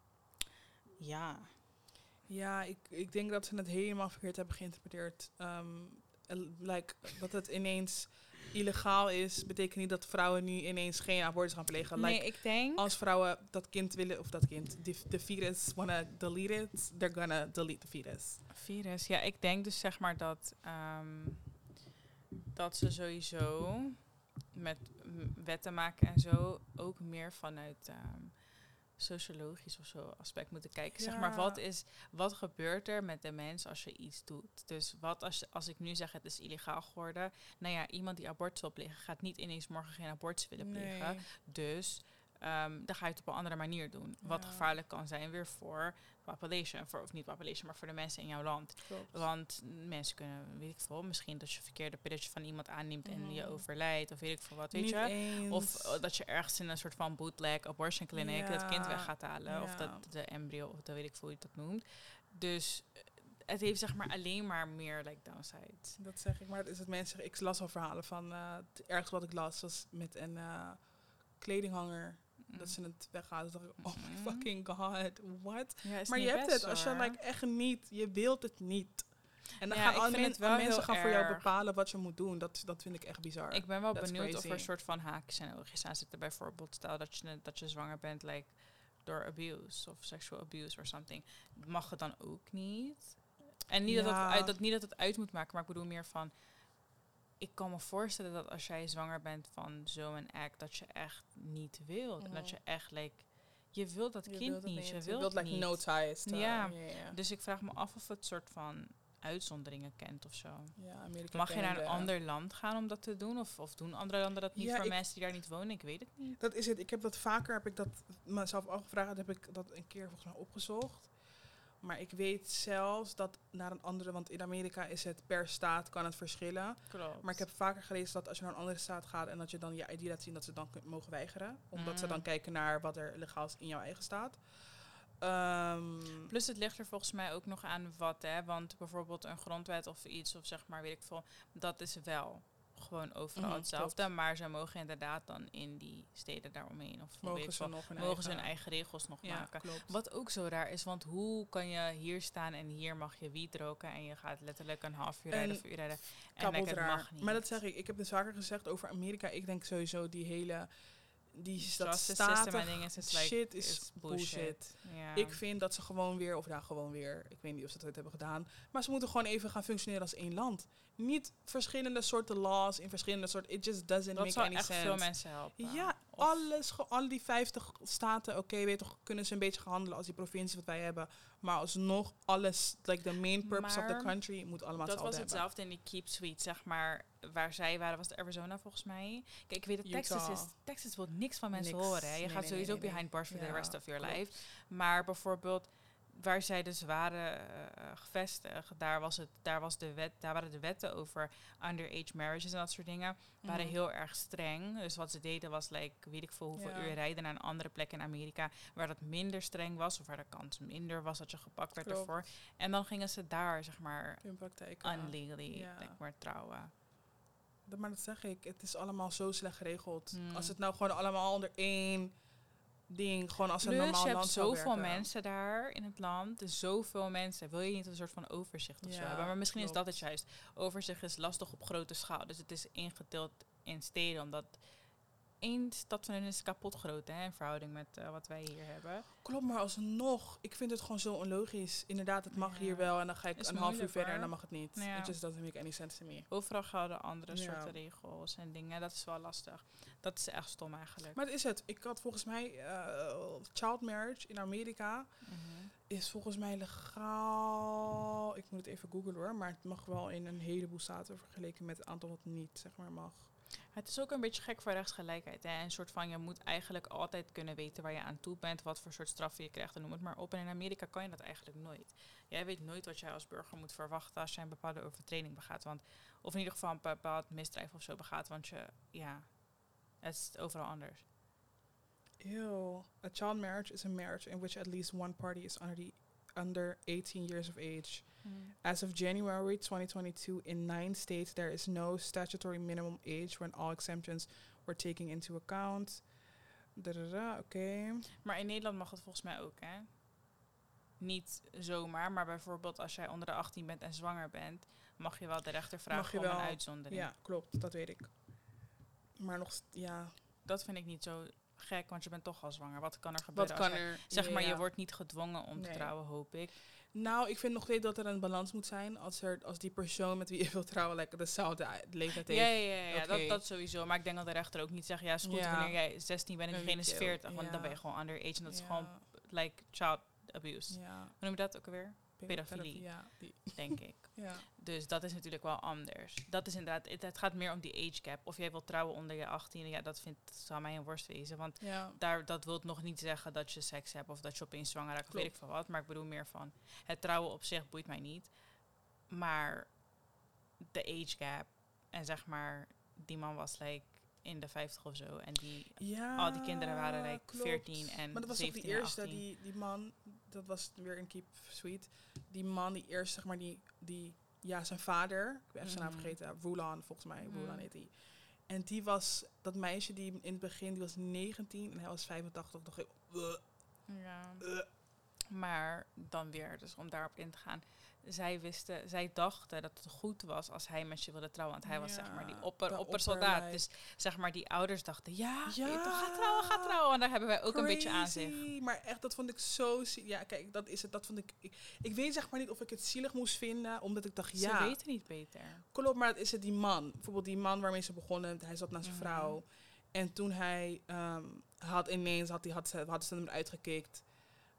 ja. Ja, ik, ik denk dat ze het helemaal verkeerd hebben geïnterpreteerd. Um, like, dat het ineens illegaal is, betekent niet dat vrouwen nu ineens geen abortus gaan plegen. Nee, Like, ik denk... als vrouwen dat kind willen, of dat kind, de, de fetus wanna delete it, they're gonna delete the fetus. Virus, ja, ik denk dus zeg maar dat, um, dat ze sowieso met m- wetten maken en zo ook meer vanuit um, sociologisch of zo aspect moeten kijken. Zeg maar, Ja. wat is, wat gebeurt er met de mens als je iets doet? Dus wat als, als ik nu zeg het is illegaal geworden, nou ja, iemand die abortus wil plegen gaat niet ineens morgen geen abortus willen plegen. Dus um, dan ga je het op een andere manier doen. Wat Ja. gevaarlijk kan zijn weer voor population, voor, of niet population, maar voor de mensen in jouw land. Klopt. Want mensen kunnen, weet ik veel, misschien dat je een verkeerde pilletje van iemand aanneemt en Mhm. je overlijdt, of weet ik veel wat, weet Niet je. eens. Of uh, dat je ergens in een soort van bootleg abortion clinic Ja. het kind weg gaat halen. Of Ja. dat de embryo, of dat weet ik veel hoe je dat noemt. Dus uh, het heeft zeg maar alleen maar meer like downsides. Dat zeg ik, maar het is het mensen zeggen. Ik las al verhalen van, uh, het ergste wat ik las was met een uh, kledinghanger. Dat ze het weghalen. Dus dacht ik, oh my Mhm. fucking god, what? Ja, is Maar niet je hebt best, het, als je hoor. like, echt niet, je wilt het niet. En dan Ja, gaan ik al vind men- het wel mensen heel gaan voor jou erg. bepalen wat je moet doen. Dat, dat vind ik echt bizar. Ik ben wel That's benieuwd of crazy. er een soort van haakjes en oogjes aan zitten. Bijvoorbeeld, stel dat je, dat je zwanger bent like, door abuse of sexual abuse of something. Mag het dan ook niet? En niet, dat, Ja. het uit, dat, niet dat het uit moet maken, maar ik bedoel meer van... Ik kan me voorstellen dat als jij zwanger bent van zo'n act, dat je echt niet wilt. En dat Mhm. je echt, like, je wilt dat Je kind wilt het niet. Je Je wilt wilt like niet. no ties. te- Ja. ja, ja. Dus ik vraag me af of het soort van uitzonderingen kent of zo. Ja, Amerika Mag je naar een kende. ander land gaan om dat te doen? Of, of doen andere landen dat niet Ja, voor ik- mensen die daar niet wonen? Ik weet het niet. Dat is het. Ik heb dat vaker, heb ik dat mezelf afgevraagd, heb ik dat een keer volgens mij opgezocht. Maar ik weet zelfs dat naar een andere, want in Amerika is het per staat kan het verschillen. Klopt. Maar ik heb vaker gelezen dat als je naar een andere staat gaat en dat je dan je I D laat zien, dat ze dan kun- mogen weigeren. Omdat ze dan Mm. kijken naar wat er legaal is in jouw eigen staat. Ehm, Plus het ligt er volgens mij ook nog aan wat, hè. Want bijvoorbeeld een grondwet of iets, of zeg maar, weet ik veel, dat is wel gewoon overal Mhm, hetzelfde. Maar ze mogen inderdaad dan in die steden daaromheen, of weet mogen ik ze veel, nog hun mogen ze eigen, hun eigen regels nog ja, maken. klopt. Wat ook zo raar is, want hoe kan je hier staan en hier mag je wiet roken en je gaat letterlijk een half uur rijden En of een uur rijden. En Kapot like, het raar. mag niet. Maar dat zeg ik. Ik heb dus vaker gezegd over Amerika. Ik denk sowieso die hele... Die dat Justice system en statig dingen is like- shit is is bullshit. bullshit. Ja. Ik vind dat ze gewoon weer, of nou gewoon weer, ik weet niet of ze dat ooit hebben gedaan, maar ze moeten gewoon even gaan functioneren als één land. Niet verschillende soorten laws in verschillende soorten, it just doesn't dat make zou any echt sense. veel mensen helpen. Ja, Of- alles, ge- al die vijftig staten, oké, weet toch, kunnen ze een beetje gaan handelen als die provincie wat wij hebben. Maar alsnog, alles, like the main purpose of the Maar country, moet allemaal dat was hetzelfde hebben. hetzelfde in die Keep Sweet, zeg maar, waar zij waren, was het Arizona volgens mij. Kijk, ik weet dat Texas Utah. is, Texas wil niks van mensen Niks. horen. Hè. Je Nee, gaat nee, sowieso nee, nee, behind bars for Ja, the rest of your klopt. life. Maar bijvoorbeeld, waar zij dus waren eh, gevestigd, daar was, het, daar, was de wet, daar waren de wetten over underage marriages en dat soort dingen, waren Mhm. heel erg streng. Dus wat ze deden was, like, weet ik veel hoeveel Ja. uur rijden naar een andere plek in Amerika, waar dat minder streng was, of waar de kans minder was dat je gepakt werd Klopt. ervoor. En dan gingen ze daar, zeg maar, In praktijk. ja. unlegally, Ja. like, maar trouwen. Dat- Maar dat zeg ik, het is allemaal zo slecht geregeld. Hmm. Als het nou gewoon allemaal onder één ding, gewoon als een Plus, normaal je hebt land zou zoveel werken. mensen daar in het land. Dus zoveel mensen. Wil je niet een soort van overzicht of zo Ja, hebben? Maar misschien is dat klopt. het juist. Overzicht is lastig op grote schaal. Dus het is ingedeeld in steden. Omdat één stad van hen is kapot groot, hè, in verhouding met eh, wat wij hier hebben. Klopt, maar alsnog, ik vind het gewoon zo onlogisch. Inderdaad, het mag Ja. hier wel en dan ga ik Is een half uur moeilijk, verder en hoor. dan mag het niet. Ja. It just doesn't make any sense to me. Overal gelden andere Ja. soorten regels en dingen. Dat is wel lastig. Dat is echt stom eigenlijk. Maar het is het. Ik had volgens mij eh, child marriage in Amerika Mhm. is volgens mij legaal. Ik moet het even googlen hoor, maar het mag wel in een heleboel staten vergeleken met het aantal wat niet zeg maar mag. Het is ook een beetje gek voor rechtsgelijkheid. Hè? Een soort van, je moet eigenlijk altijd kunnen weten waar je aan toe bent, wat voor soort straffen je krijgt en noem het maar op. En in Amerika kan je dat eigenlijk nooit. Jij weet nooit wat jij als burger moet verwachten als je een bepaalde overtreding begaat. Want, of in ieder geval een bepaald misdrijf of zo begaat. Want je, ja, het is overal anders. Ew. A child marriage is a marriage in which at least one party is under the under eighteen years of age. As of January twenty twenty-two, in nine states, there is no statutory minimum age when all exemptions were taken into account. Oké. Okay. Maar in Nederland mag het volgens mij ook, hè? Niet zomaar, maar bijvoorbeeld als jij onder de achttien bent en zwanger bent, mag je wel de rechter vragen Mag je om een wel- uitzondering. Ja, klopt, dat weet ik. Maar nog, st- ja. Dat vind ik niet zo gek, want je bent toch al zwanger. Wat kan er gebeuren Wat als kan jij- er? Zeg maar, ja. je wordt niet gedwongen om te Nee. trouwen, hoop ik. Nou, ik vind nog steeds dat er een balans moet zijn. Als, er, als die persoon met wie je wilt trouwen, like, dezelfde i- leeftijd heeft. Ja, ja, ja, ja Oké. dat, dat sowieso. Maar ik denk dat de rechter ook niet zegt, ja, is goed, Ja. wanneer jij zestien bent en Dan diegene is weet je veertig. ook, Want ja. dan ben je gewoon underage en dat is Ja, gewoon, like, child abuse. Ja. Hoe noem je dat ook alweer? Pedofilie. Ja, die, Denk ik. ja. Dus dat is natuurlijk wel anders. Dat is inderdaad, het, het gaat meer om die age gap. Of jij wilt trouwen onder je achttien, ja, dat vindt, zou mij een worst wezen. Want ja. daar, dat wil nog niet zeggen dat je seks hebt of dat je opeens zwanger raakt of weet ik Klopt. veel wat. Maar ik bedoel meer van, het trouwen op zich boeit mij niet. Maar de age gap en zeg maar, die man was like in de vijftig of zo. En die, Ja, al die kinderen waren like klopt. veertien en Maar dat was ook zeventien die en eerste, achttien. die, die man, dat was weer een Keep Sweet. Die man, die eerst, zeg maar, die, die ja, zijn vader, ik ben even zijn naam Mhm. vergeten, Rulan, volgens mij, Mhm. Rulan heet hij. En die was, dat meisje die in het begin, die was negentien en hij was vijfentachtig, toch heel, Ja. uh, Maar dan weer, dus om daarop in te gaan. Zij wisten, zij dachten dat het goed was als hij met je wilde trouwen. Want hij was zeg maar die Ja, opper, de oppersoldaat. opper, Dus zeg maar die ouders dachten, ja, Ja. ja. ga trouwen, ga trouwen. En daar hebben wij ook een beetje aan zich. crazy. Maar echt, dat vond ik zo, zie- ja, kijk, dat is het, dat vond ik, ik, ik weet zeg maar niet of ik het zielig moest vinden, omdat ik dacht, Ze ja, weten niet beter. klopt, maar het is het die man. Bijvoorbeeld die man waarmee ze begonnen, hij zat naar zijn Mhm. vrouw. En toen hij ehm, had ineens, had, hij had, ze- hadden ze hem eruit gekikt.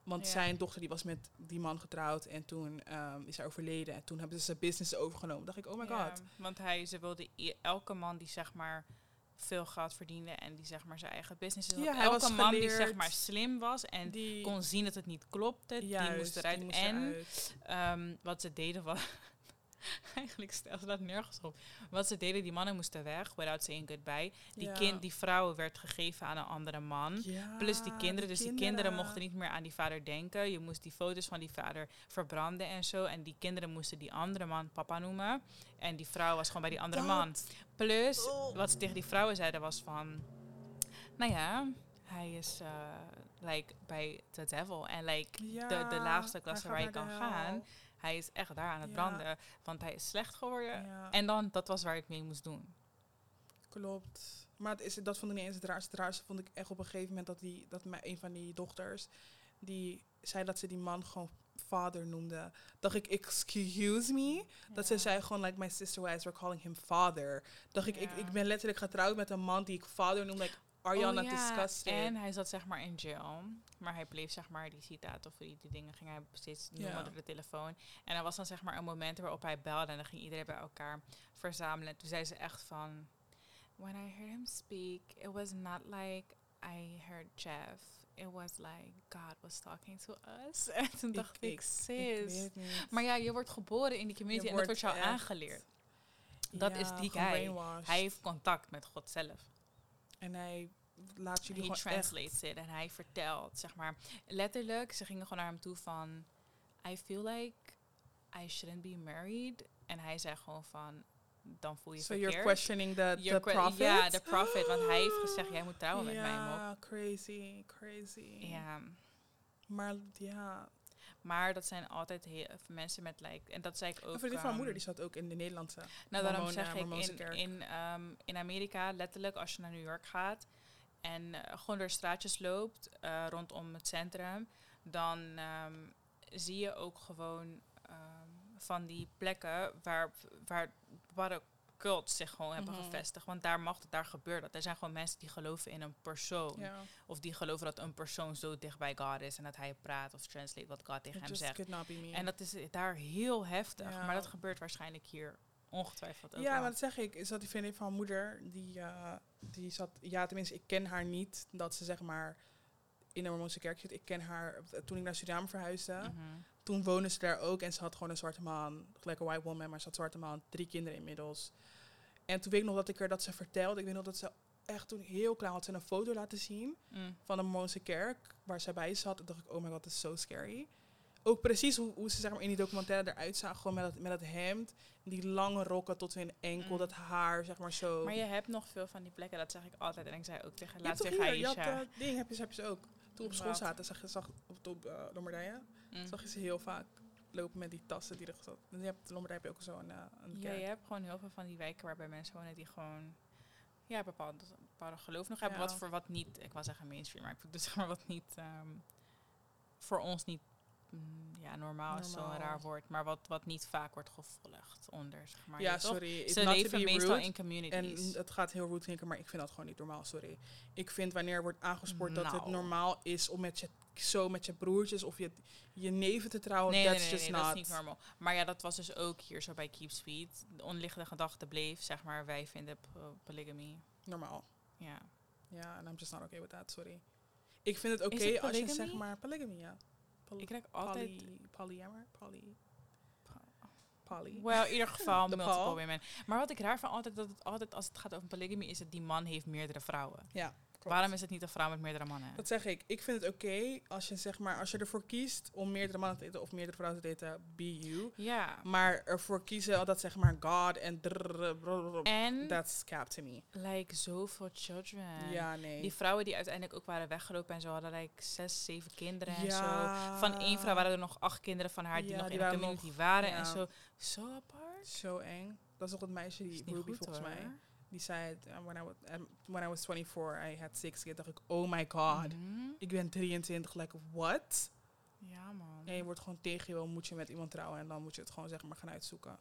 Want Ja. zijn dochter die was met die man getrouwd en toen ehm, is hij overleden. En toen hebben ze zijn business overgenomen. Dacht ik, oh my Ja, god. want hij, ze wilde i- elke man die zeg maar veel geld verdiende en die zeg maar zijn eigen business is. Ja, hij elke was man die geleerd. zeg maar slim was en Die, kon zien dat het niet klopte, die moest eruit. die moest en eruit. ehm, wat ze deden was eigenlijk stel ze dat nergens op. Wat ze deden, die mannen moesten weg, without saying goodbye. Die Ja. kind, die vrouw werd gegeven aan een andere man. Ja, Plus die kinderen, dus die kinderen kinderen. mochten niet meer aan die vader denken. Je moest die foto's van die vader verbranden en zo. En die kinderen moesten die andere man papa noemen. En die vrouw was gewoon bij die andere Dat- man. Plus, Oh. wat ze tegen die vrouwen zeiden was van... Nou ja, hij is uh, like, bij the devil. En like, Ja, de, de laagste hij klasse gaat waar je naar kan de gaan... hel. Hij is echt daar aan het Ja. branden. Want hij is slecht geworden. Ja, En dan, dat was waar ik mee moest doen. klopt. Maar het is, dat vond ik niet eens het raarste. Het raarste vond ik echt op een gegeven moment dat, die, dat mijn, een van die dochters... die zei dat ze die man gewoon vader noemde. Dacht ik, excuse me? Dat ze zei gewoon, like my sister was, we're calling him father. Dacht ik, ik, Ja. ik ben letterlijk getrouwd met een man die ik vader noemde. Like, Ariana Oh, ja. disgusted. En hij zat zeg maar in jail. Maar hij bleef zeg maar die citaat of die, die dingen ging hij steeds noemen Ja. door de telefoon. En er was dan zeg maar een moment waarop hij belde en dan ging iedereen bij elkaar verzamelen. En toen zei ze echt van... When I heard him speak, it was not like I heard Jeff. It was like God was talking to us. En toen dacht ik, ik, ik sis. weet het niet. Maar ja, je wordt geboren in die community Je en dat wordt wordt jou echt- aangeleerd. dat is die gewoon guy. brainwashed. Hij heeft contact met God zelf. En hij laat jullie Hij gewoon echt... translates it en hij vertelt, zeg maar, letterlijk, ze gingen gewoon naar hem toe van, I feel like I shouldn't be married. En hij zei gewoon van, dan voel je So verkeerd. you're questioning the, You're the que- prophet? Ja, de prophet, want hij heeft gezegd, jij moet trouwen met mij, Ja, mop. crazy, crazy. Ja, Maar ja... maar dat zijn altijd heel, mensen met, like, en dat zei ik ook. Een vriendin van mijn ehm, moeder, die zat ook in de Nederlandse. Nou, daarom Mormon- zeg eh, ik, Mormoonse in, kerk. in, ehm, in Amerika, letterlijk, als je naar New York gaat en eh, gewoon door straatjes loopt eh, rondom het centrum, dan ehm, zie je ook gewoon ehm, van die plekken waar, waar bepaalde cults zich gewoon hebben Mhm. gevestigd. Want daar mag het, daar gebeurt dat. Er zijn gewoon mensen die geloven in een persoon. Ja. Of die geloven dat een persoon zo dicht bij God is en dat hij praat of translate wat God tegen It hem just zegt. could not be me. En dat is daar heel heftig. Ja. Maar dat gebeurt waarschijnlijk hier ongetwijfeld ook ja, wel. maar dat zeg ik. Is dat die vriendin van mijn moeder, die, eh, die zat... Ja, tenminste, ik ken haar niet. Dat ze zeg maar in de Mormoonse kerk zit. Ik ken haar eh, toen ik naar Suriname verhuisde. Mhm. Toen woonde ze daar ook. En ze had gewoon een zwarte man. Gelijk een white woman, maar ze had zwarte man. Drie kinderen inmiddels. En toen weet ik nog dat ik er dat ze vertelde. Ik weet nog dat ze echt toen heel klein had ze een foto laten zien Mm. van de Mormoonse kerk waar zij bij zat. En dacht ik, oh my god, dat is zo scary. Ook precies hoe, hoe ze zeg maar, in die documentaire eruit zagen. Gewoon met dat, met dat hemd. Die lange rokken tot hun enkel. Mm. Dat haar, zeg maar zo. Maar je hebt nog veel van die plekken, dat zeg ik altijd. En ik zei ook tegen Je hebt laatst toch tegen hier, je had Aisha. uh, ding, heb je, heb je ze ook. Toen op school Wat? zaten, zag je zag, op, op uh, Lombardije, Mm. zag je ze heel vaak lopen met die tassen die er zat. En je hebt, Lombardije heb je ook zo'n uh, een Ja, kerk. je hebt gewoon heel veel van die wijken waarbij mensen wonen die gewoon ja, bepaald, bepaalde geloof nog hebben. Ja. Wat voor wat niet, ik wil zeggen mainstream, maar ik bedoel zeg maar wat niet ehm, voor ons niet mm, ja, normaal, is zo'n Normaal. raar woord, maar wat, wat niet vaak wordt gevolgd onder, zeg maar. Ja, je toch? sorry. It's Ze not to leven be meestal rude. in communities. En het gaat heel rude klinken, maar ik vind dat gewoon niet normaal, sorry. Ik vind wanneer er wordt aangespoord dat het Nou. normaal is om met je, zo met je broertjes of je, je neven te trouwen, Nee, nee, that's nee, just nee, not. dat is niet normaal. Maar ja, dat was dus ook hier zo bij Keep Sweet. De onderliggende gedachte bleef, zeg maar, wij vinden p- polygamy. Normaal. Ja. Ja, en I'm just not okay with that, sorry. Ik vind het oké Is het als je polygamy? zeg maar polygamy, ja. Poly- Ik krijg altijd... Poly, polyamor? Poly, poly. Wel, in ieder geval De multiple Paul. women. Maar wat ik raar vind altijd, dat het altijd als het gaat over polygamy, is dat die man heeft meerdere vrouwen. Ja, klopt. Waarom is het niet een vrouw met meerdere mannen? Dat zeg ik. Ik vind het oké als je zeg maar als je ervoor kiest om meerdere mannen te daten of meerdere vrouwen te daten, be you. Ja. Maar ervoor kiezen dat zeg maar God en drrrr, brrrr, En, that's cap to me. like, zoveel children. Ja, nee. Die vrouwen die uiteindelijk ook waren weggelopen en zo hadden like zes, zeven kinderen en Ja. zo. Van één vrouw waren er nog acht kinderen van haar die Ja, nog die in de waren community nog- waren ja. en zo. Zo apart. Zo eng. Dat is ook het meisje Is die niet Ruby goed, volgens hoor. mij. Die zei het, uh, when, I was, um, when I was twenty-four, I had six kids. Dacht ik, oh my god. Mhm. Ik ben drieëntwintig, like what? Ja, man. En je wordt gewoon tegen je wil, moet je met iemand trouwen en dan moet je het gewoon zeg maar gaan uitzoeken.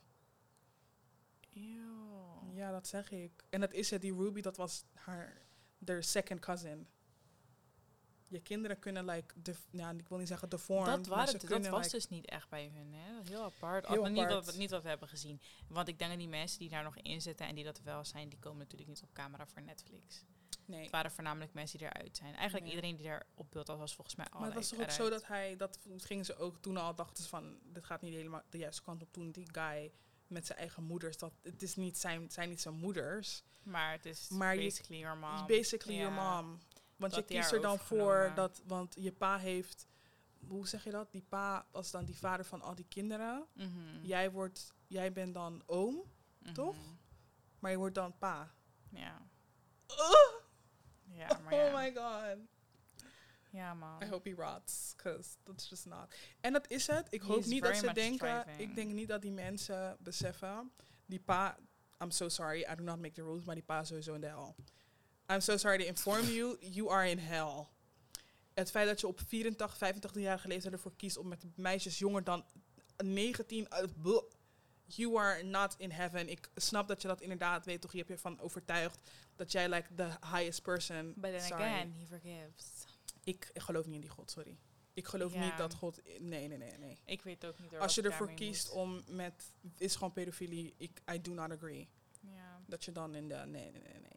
Ew. Ja, dat zeg ik. En dat is het, die Ruby, dat was haar, their second cousin. je kinderen kunnen, like, de, ja, ik wil niet zeggen deformed, Dat, maar waren, ze het- dat kunnen, was like, dus niet echt bij hun. Hè? Dat is heel apart. Heel Al- niet, apart. wat, niet wat we hebben gezien. Want ik denk dat die mensen die daar nog in zitten en die dat wel zijn, die komen natuurlijk niet op camera voor Netflix. nee. Het waren voornamelijk mensen die eruit zijn. Eigenlijk Nee. iedereen die daar op beeld was, was volgens mij al Maar het was toch ook eruit. zo dat hij, dat gingen ze ook toen al, dachten ze van, dit gaat niet helemaal de juiste kant op. Toen die guy met zijn eigen moeders, dat het is niet zijn, zijn niet zijn moeders. Maar het is Maar je- basically your mom. Basically Ja. your mom. Want Dat je die kiest haar er dan voor overgenomen. dat, want je pa heeft, hoe zeg je dat? Die pa was dan die vader van al die kinderen. Mhm. Jij wordt, jij bent dan oom, Mhm. toch? maar je wordt dan pa. Ja. Oh, Ja, maar ja. oh my god. Ja, man. I hope he rots, because that's just not. En dat is het. Ik He hoop is niet dat very ze much denken. striving. Ik denk niet dat die mensen beseffen. Die pa, I'm so sorry, I do not make the rules, maar die pa is sowieso in de hel. I'm so sorry to inform you, you are in hell. Het feit dat je op vierentachtig, vijfentachtig-jarige leeftijd ervoor kiest om met meisjes jonger dan negentien... Uh, bleh, you are not in heaven. Ik snap dat je dat inderdaad weet, toch? Je hebt je ervan overtuigd dat jij like the highest person. But then Sorry. again, he forgives. Ik, ik geloof niet in die God, sorry. Ik geloof Ja. niet dat God... Nee, nee, nee, nee. Ik weet ook niet hoor, Als je wat ik ervoor daarmee kiest moet. om met... Is gewoon pedofilie. Ik, I do not agree. Ja. Dat je dan in de... Nee, nee, nee, nee.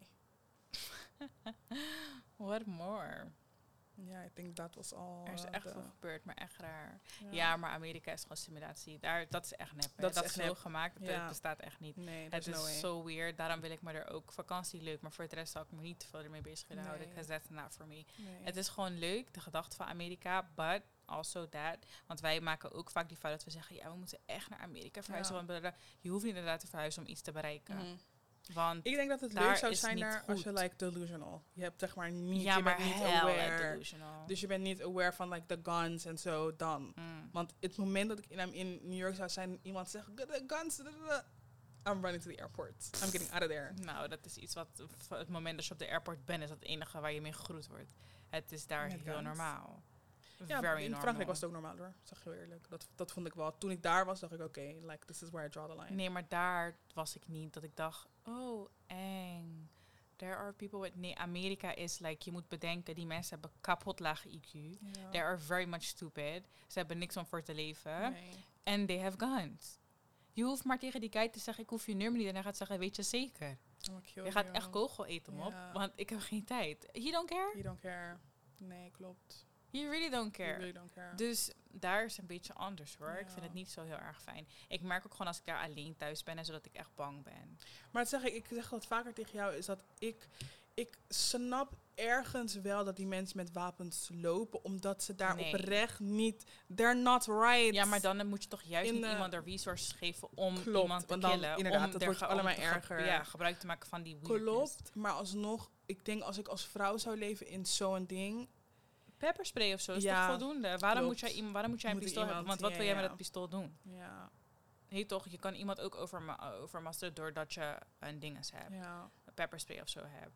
What more? Ja, ik denk dat was al... Er is eh, echt de- veel gebeurd, maar echt raar. Ja, maar Amerika is gewoon simulatie. Daar, dat is echt nep. hè. Dat is Dat, echt is zo nep. gemaakt. Ja. Het bestaat echt niet. Nee, Het there's no way. is zo weird. Daarom wil ik me er ook vakantie leuk, maar voor het rest zal ik me niet te veel ermee bezig willen houden. Nee. Because that's not for me. Nee. Het is gewoon leuk, de gedachte van Amerika, but also that. Want wij maken ook vaak die fout dat we zeggen, ja, we moeten echt naar Amerika verhuizen. Ja. Want blablabla. Je hoeft niet inderdaad te verhuizen om iets te bereiken. Mhm. Want Ik denk dat het daar leuk zou is zijn niet daar als je goed. like delusional. Je hebt zeg maar niet, ja, je maar bent niet hell aware. delusional. Dus je bent niet aware van like the guns en zo dan. Mm. Want het moment dat ik in, in New York zou zijn, iemand zegt "Gu- guns, da, da, da." I'm running to the airport. I'm getting out of there. Nou, dat is iets wat v- het moment dat je op de airport bent, is dat het enige waar je mee gegroet wordt. Het is daar Met heel guns. normaal. Ja, Very in normal. Frankrijk was het ook normaal hoor. Zeg je heel eerlijk. Dat, dat vond ik wel. Toen ik daar was, dacht ik oké, like this is where I draw the line. Nee, maar daar was ik niet. Dat ik dacht, oh, eng. There are people with... Nee, Amerika is like, je moet bedenken, die mensen hebben kapot lage I Q. Ja. They are very much stupid. Ze hebben niks om voor te leven. Nee. En they have guns. Je hoeft maar tegen die guy te zeggen, ik hoef je nummer niet. En hij gaat zeggen, weet je zeker. I'm gonna kill Je gaat you. echt kogel eten hem op. Ja. Want ik heb geen tijd. You don't care? You don't care. Nee, klopt. You really don't You care. really don't care. Dus daar is een beetje anders hoor. Ik Ja. vind het niet zo heel erg fijn. Ik merk ook gewoon als ik daar alleen thuis ben en zodat ik echt bang ben. Maar dat zeg ik, ik zeg dat vaker tegen jou, is dat ik, ik snap ergens wel dat die mensen met wapens lopen, omdat ze daar Nee. oprecht niet, they're not right. Ja, maar dan moet je toch juist In niet de- iemand de resources geven om Klopt, iemand te want dan killen. inderdaad, om dat er wordt ge- allemaal om te ge- erger. Ja, gebruik te maken van die weirdness. Klopt, maar alsnog, ik denk als ik als vrouw zou leven in zo'n ding, Pepperspray of zo is Ja, toch voldoende? Waarom moet, klopt. jij, iem- waarom moet jij een Moet er pistool hebben? iemand- Want wat ja, wil jij ja. met dat pistool doen? ja, Nee toch, je kan iemand ook overma overmasteren doordat je een dinges hebt. ja. Een pepperspray of zo hebt.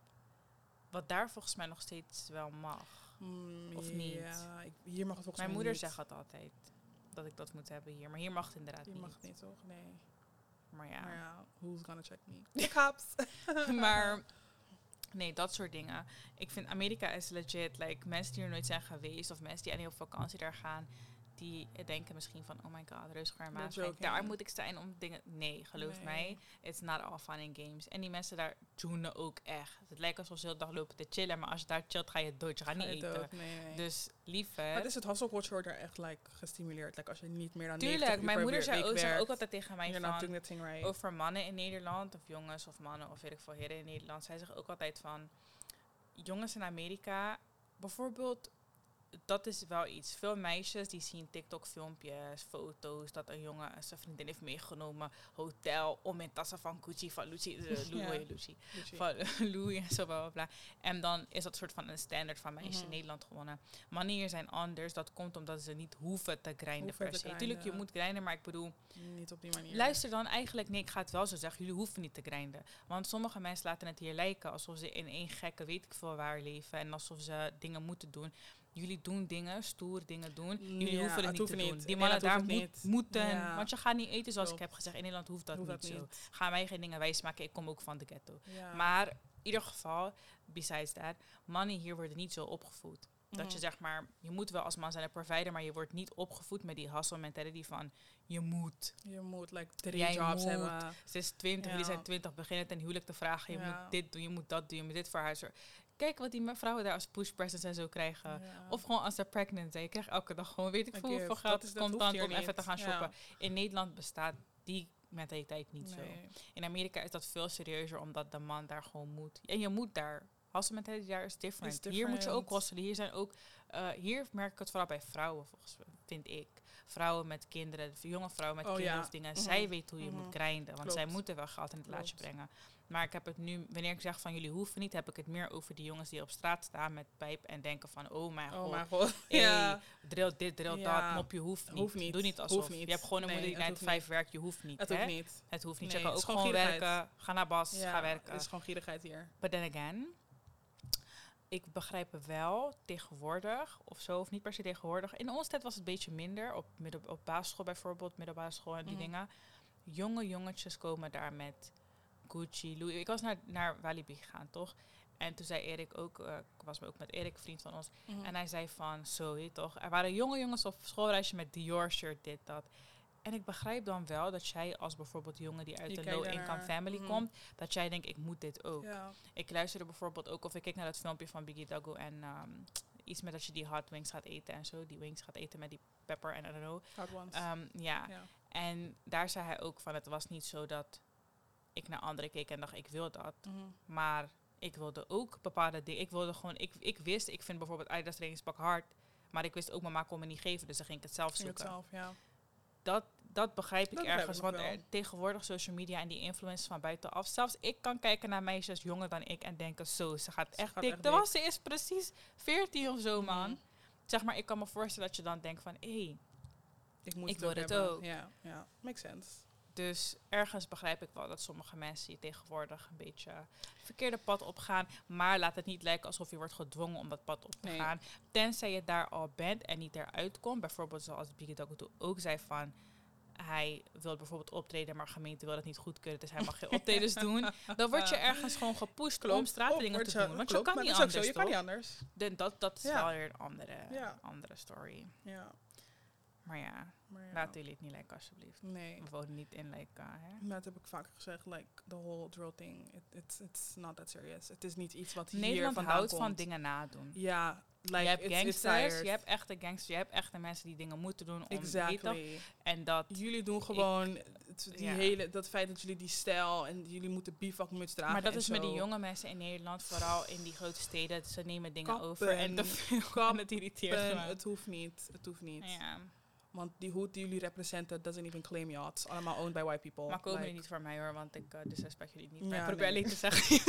Wat daar volgens mij nog steeds wel mag. Mm, Of niet? Ja, ik, hier mag het volgens Mijn mij moeder niet. zegt dat altijd. Dat ik dat moet hebben hier. Maar hier mag het inderdaad Hier niet. mag het niet, toch? Nee. Maar ja. Maar ja, who's gonna check me? De cops. maar nee, dat soort dingen. Ik vind Amerika is legit. Like, mensen die er nooit zijn geweest of mensen die alleen op vakantie daar gaan, die denken misschien van, oh my god, Reusgaard They're Maasrijk, joking. daar moet ik zijn om dingen... Nee, geloof Nee. mij, it's not all fun and games. En die mensen daar joenen ook echt. Het lijkt alsof ze de hele dag lopen te chillen, maar als je daar chillt, ga je dood. Je gaat Ga niet je eten. dood? Nee, nee. Dus liever... Maar het is het hustle culture wordt daar echt like, gestimuleerd. Like, als je niet meer dan Tuurlijk, negentig uur mijn per moeder zei week ook, zegt werkt, ook altijd tegen mij you're not van... doing the thing right. Over mannen in Nederland, of jongens of mannen, of weet ik veel, heren in Nederland. Zij zeggen ook altijd van, jongens in Amerika, bijvoorbeeld, dat is wel iets. Veel meisjes die zien TikTok-filmpjes, foto's, dat een jongen zijn vriendin heeft meegenomen, hotel, om in tassen van Gucci, van Lucy, uh, Louis, Ja. Lucy, Dus je- van Louis en zo, bla, bla, bla. En dan is dat soort van een standaard van meisjes in Mhm. Nederland gewonnen. Mannen hier zijn anders, dat komt omdat ze niet hoeven te grinden Hoeven per te se. grinden. Tuurlijk, je moet grinden, maar ik bedoel, Niet op die manier. luister dan eigenlijk, nee, ik ga het wel zo zeggen, jullie hoeven niet te grinden. Want sommige mensen laten het hier lijken alsof ze in één gekke weet ik veel waar leven en alsof ze dingen moeten doen. Jullie doen dingen, stoer dingen doen. Jullie Ja, hoeven het het niet hoeft te niet. doen. Die Nee, mannen dat daar hoeft moet, niet. moeten. Ja. Want je gaat niet eten zoals ik Klopt. heb gezegd. In Nederland hoeft dat Hoeft niet dat zo. niet. Ga mij geen dingen wijsmaken. Ik kom ook van de ghetto. Ja. Maar in ieder geval, besides that, mannen hier worden niet zo opgevoed. Dat Mhm. je zeg maar, je moet wel als man zijn een provider, maar je wordt niet opgevoed met die hustle mentality van je moet. Je moet like drie Jij jobs moet. hebben. Ze is twintig, Ja. jullie zijn twintig, beginnen ten huwelijk te vragen. Je Ja. moet dit doen, je moet dat doen, je moet dit verhuizen. Kijk wat die me- vrouwen daar als push presents en zo krijgen. Ja. Of gewoon als ze pregnant zijn. Je krijgt elke dag gewoon, weet ik Een veel hoeveel gift. geld Dat is- dat hoeft contant hier om even niet. te gaan Ja. shoppen. In Nederland bestaat die mentaliteit niet zo. Nee. In Amerika is dat veel serieuzer, omdat de man daar gewoon moet. En je moet daar. Hustle mentality daar is different. Is Hier moet je ook different. hustelen. Hier zijn ook, eh, hier merk ik het vooral bij vrouwen, volgens vind ik. Vrouwen met kinderen, jonge vrouwen met Oh, kinderen ja. of dingen. Mhm. Zij weten hoe je Mhm. moet grinden, want zij Klopt. moeten wel geld in het Klopt. laadje brengen. Maar ik heb het nu, wanneer ik zeg van jullie hoeven niet, heb ik het meer over die jongens die op straat staan met pijp en denken van, oh mijn god, Oh mijn god. hey, Ja. drill dit, drill Ja. dat, mopje hoeft niet. Hoeft niet. Doe niet alsof. Hoeft niet. Je hebt gewoon een Nee, moeder die het negen to hoeft vijf werkt, je hoeft niet. Het hè? hoeft niet. Het hoeft niet. Nee, je kan het ook is gewoon gewoon gierigheid. werken, ga naar Bas, Ja, ga werken. Het is gewoon gierigheid hier. But then again, ik begrijp wel tegenwoordig, of zo, of niet per se tegenwoordig. In onze tijd was het een beetje minder, op, midden, op basisschool bijvoorbeeld, middelbare school en die Mhm. dingen. Jonge jongetjes komen daar met Gucci, Louis. Ik was naar, naar Walibi gegaan, toch? En toen zei Erik ook, uh, ik was ook met Erik, een vriend van ons. Mhm. En hij zei van, zo, je toch. Er waren jonge jongens op schoolreisje met Dior shirt, dit, dat. En ik begrijp dan wel dat jij als bijvoorbeeld jongen die uit Je een kijkt low-income daarnaar. family Mhm. komt, dat jij denkt, ik moet dit ook. Ja. Ik luisterde bijvoorbeeld ook, of ik keek naar dat filmpje van Biggie Dago en ehm, iets met dat je die hot wings gaat eten en zo. Die wings gaat eten met die pepper en I don't know. Hard ones. Ehm, ja. ja. En daar zei hij ook van, het was niet zo dat ik naar anderen keek en dacht, ik wil dat. Mhm. Maar ik wilde ook bepaalde dingen. Ik wilde gewoon, ik, ik wist, ik vind bijvoorbeeld Adidas trainingspak hard. Maar ik wist ook, mama kon me niet geven, dus dan ging ik het zelf Ging het zoeken. zelf, ja. Dat, dat begrijp ik Dat begrijp ergens. ik Want wel. er, tegenwoordig social media en die influencers van buitenaf. Zelfs ik kan kijken naar meisjes jonger dan ik en denken, zo, ze gaat Ze echt gaat dik. echt Terwijl dik. ze is precies veertien of zo, man. Mhm. Zeg maar, ik kan me voorstellen dat je dan denkt van, hé. Hey, Ik, moet Ik het wil ook dit hebben. ook. Ja, ja. Makes sense. Dus ergens begrijp ik wel dat sommige mensen je tegenwoordig een beetje het verkeerde pad opgaan. Maar laat het niet lijken alsof je wordt gedwongen om dat pad op te Nee. gaan. Tenzij je daar al bent en niet eruit komt. Bijvoorbeeld zoals Biggie Dago toen ook zei van, hij wil bijvoorbeeld optreden, maar gemeente wil dat niet goedkeuren. Dus hij mag geen optredens doen. Dan word je ergens gewoon gepusht om straatdingen Klopt, te wordt doen. Want klopt, je kan maar niet dat is ook anders, zo, Je kan toch? niet anders. Dan dat, dat is Ja. wel weer een andere, Ja. andere story. Ja. Maar ja, Maar ja. laten jullie het niet lijken alsjeblieft. Nee. We wonen niet in like, uh, hè? Dat heb ik vaker gezegd. Like, the whole drill thing. It, it's, it's not that serious. Het is niet iets wat hier Nederland vandaan houdt komt. van dingen nadoen. Ja. Like, je hebt it's, it's gangsters, tired. je hebt echte gangsters, je hebt echte mensen die dingen moeten doen om weet je toch? Exactly. En dat, Jullie doen gewoon het- die ja. hele, dat feit dat jullie die stijl en jullie moeten bivakmuts dragen. maar dat en is met zo. die jonge mensen in Nederland, vooral in die grote steden, ze nemen dingen Kappen, over en te veel en het irriteert En me. het hoeft niet. Het hoeft niet. Ja, Want die hoed die jullie representen doesn't even claim you. Het is allemaal owned by white people. maar komen Like, jullie niet voor mij hoor, want ik uh, disrespect jullie niet. Ja, Maar ik probeer nee. alleen te zeggen.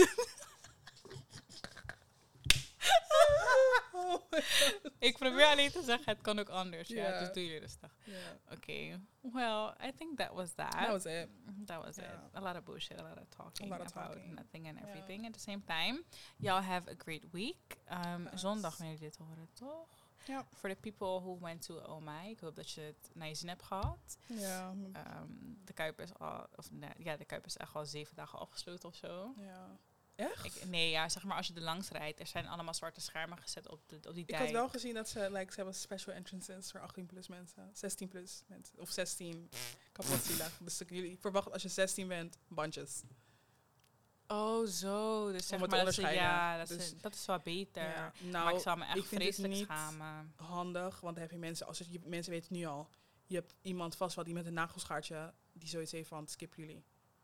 ik probeer alleen te zeggen, het kan ook anders. Ja, Ja. dus doe je rustig. Yeah. Oké, well, I think that was that. That was it. That was Yeah. it. A lot of bullshit, a lot of talking A lot of about talking. nothing and Yeah. everything at the same time. Y'all have a great week. Um, Yes. Zondag wanneer jullie dit horen, toch? Ja. For the people who went to Oh My, ik hoop dat je het naar je zin hebt gehad. Ja. Um, de Kuip is al, of nee, ja, de Kuip is echt al zeven dagen afgesloten of zo. Ja. Echt? Ik, nee, ja, zeg maar als je er langs rijdt, er zijn allemaal zwarte schermen gezet op, de, op die Ik dijk. had wel gezien dat ze, like, ze hebben special entrances voor achttien plus mensen. zestien plus mensen. Of zestien. Kapot zielig. Dus ik jullie verwacht als je zestien bent, bandjes. Oh, zo. Dus zeg het maar, dat, ze, onderscheiden. ja, dat, Dus- is, dat is wel beter. Ja. maar Nou, ik zou me ik echt vind het vreselijk niet schamen. handig, want dan heb je mensen, als het, je, mensen weten het nu al, je hebt iemand vast wel die met een nagelschaartje, die zoiets heeft van, skip jullie.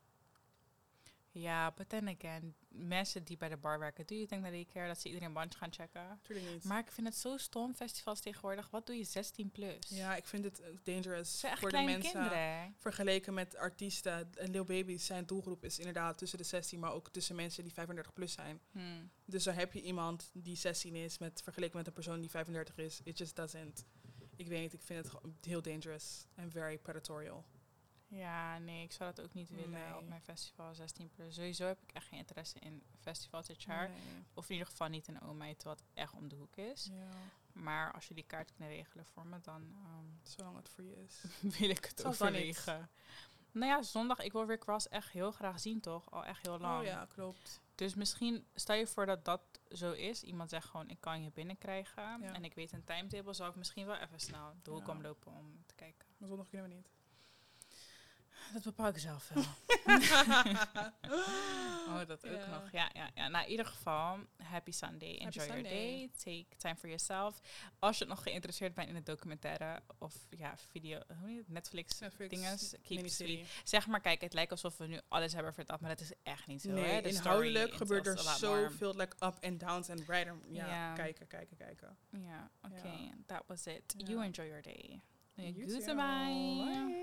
Ja, but then again, mensen die bij de bar werken, do you think that they care dat ze iedereen bandje gaan checken? Tuurlijk niet. Maar ik vind het zo stom, festivals tegenwoordig. Wat doe je zestien plus? Ja, ik vind het eh, Het dangerous zijn echt voor de kleine mensen. kinderen. Vergeleken met artiesten. En Lil Baby, zijn doelgroep is inderdaad tussen de zestien, maar ook tussen mensen die vijfendertig plus zijn. Hmm. Dus dan heb je iemand die zestien is, met, vergeleken met een persoon die vijfendertig is. It just doesn't. Ik weet niet, ik vind het gewoon heel dangerous en very predatorial. Ja, nee, ik zou dat ook niet willen Nee. op mijn festival zestien plus. Sowieso heb ik echt geen interesse in festivals dit jaar. Nee. Of in ieder geval niet in Oh My, terwijl het echt om de hoek is. Ja, Maar als je die kaart kunnen regelen voor me, dan ehm, zolang het voor je is. wil ik het Zelfs dan niet. overwegen. Nou ja, zondag, ik wil Rick Ross echt heel graag zien, toch? Al echt heel lang. Oh ja, klopt. Dus misschien, stel je voor dat dat zo is. Iemand zegt gewoon, ik kan je binnenkrijgen. Ja. En ik weet een timetable, zou ik misschien wel even snel de hoek Ja. omlopen om te kijken. Maar zondag kunnen we niet. Dat bepaal ik zelf wel. oh, dat ook Ja. nog. Ja, ja, ja. Nou, in ieder geval, happy Sunday. Enjoy Happy your Sunday. day. Take time for yourself. Als je nog geïnteresseerd bent in een documentaire of ja, video, hoe heet het? Netflix, Netflix dinges. Keep it miniserie. sweet. Zeg maar, kijk, het lijkt alsof we nu alles hebben verteld, maar dat is echt niet zo. Nee, hè? De inhoudelijk story gebeurt er is a lot more. zoveel like up and downs en brighter. Ja, Ja. kijken, kijken, kijken. Ja, oké. Ja. That was it. Ja. You enjoy your day. You Goodbye. too. Bye.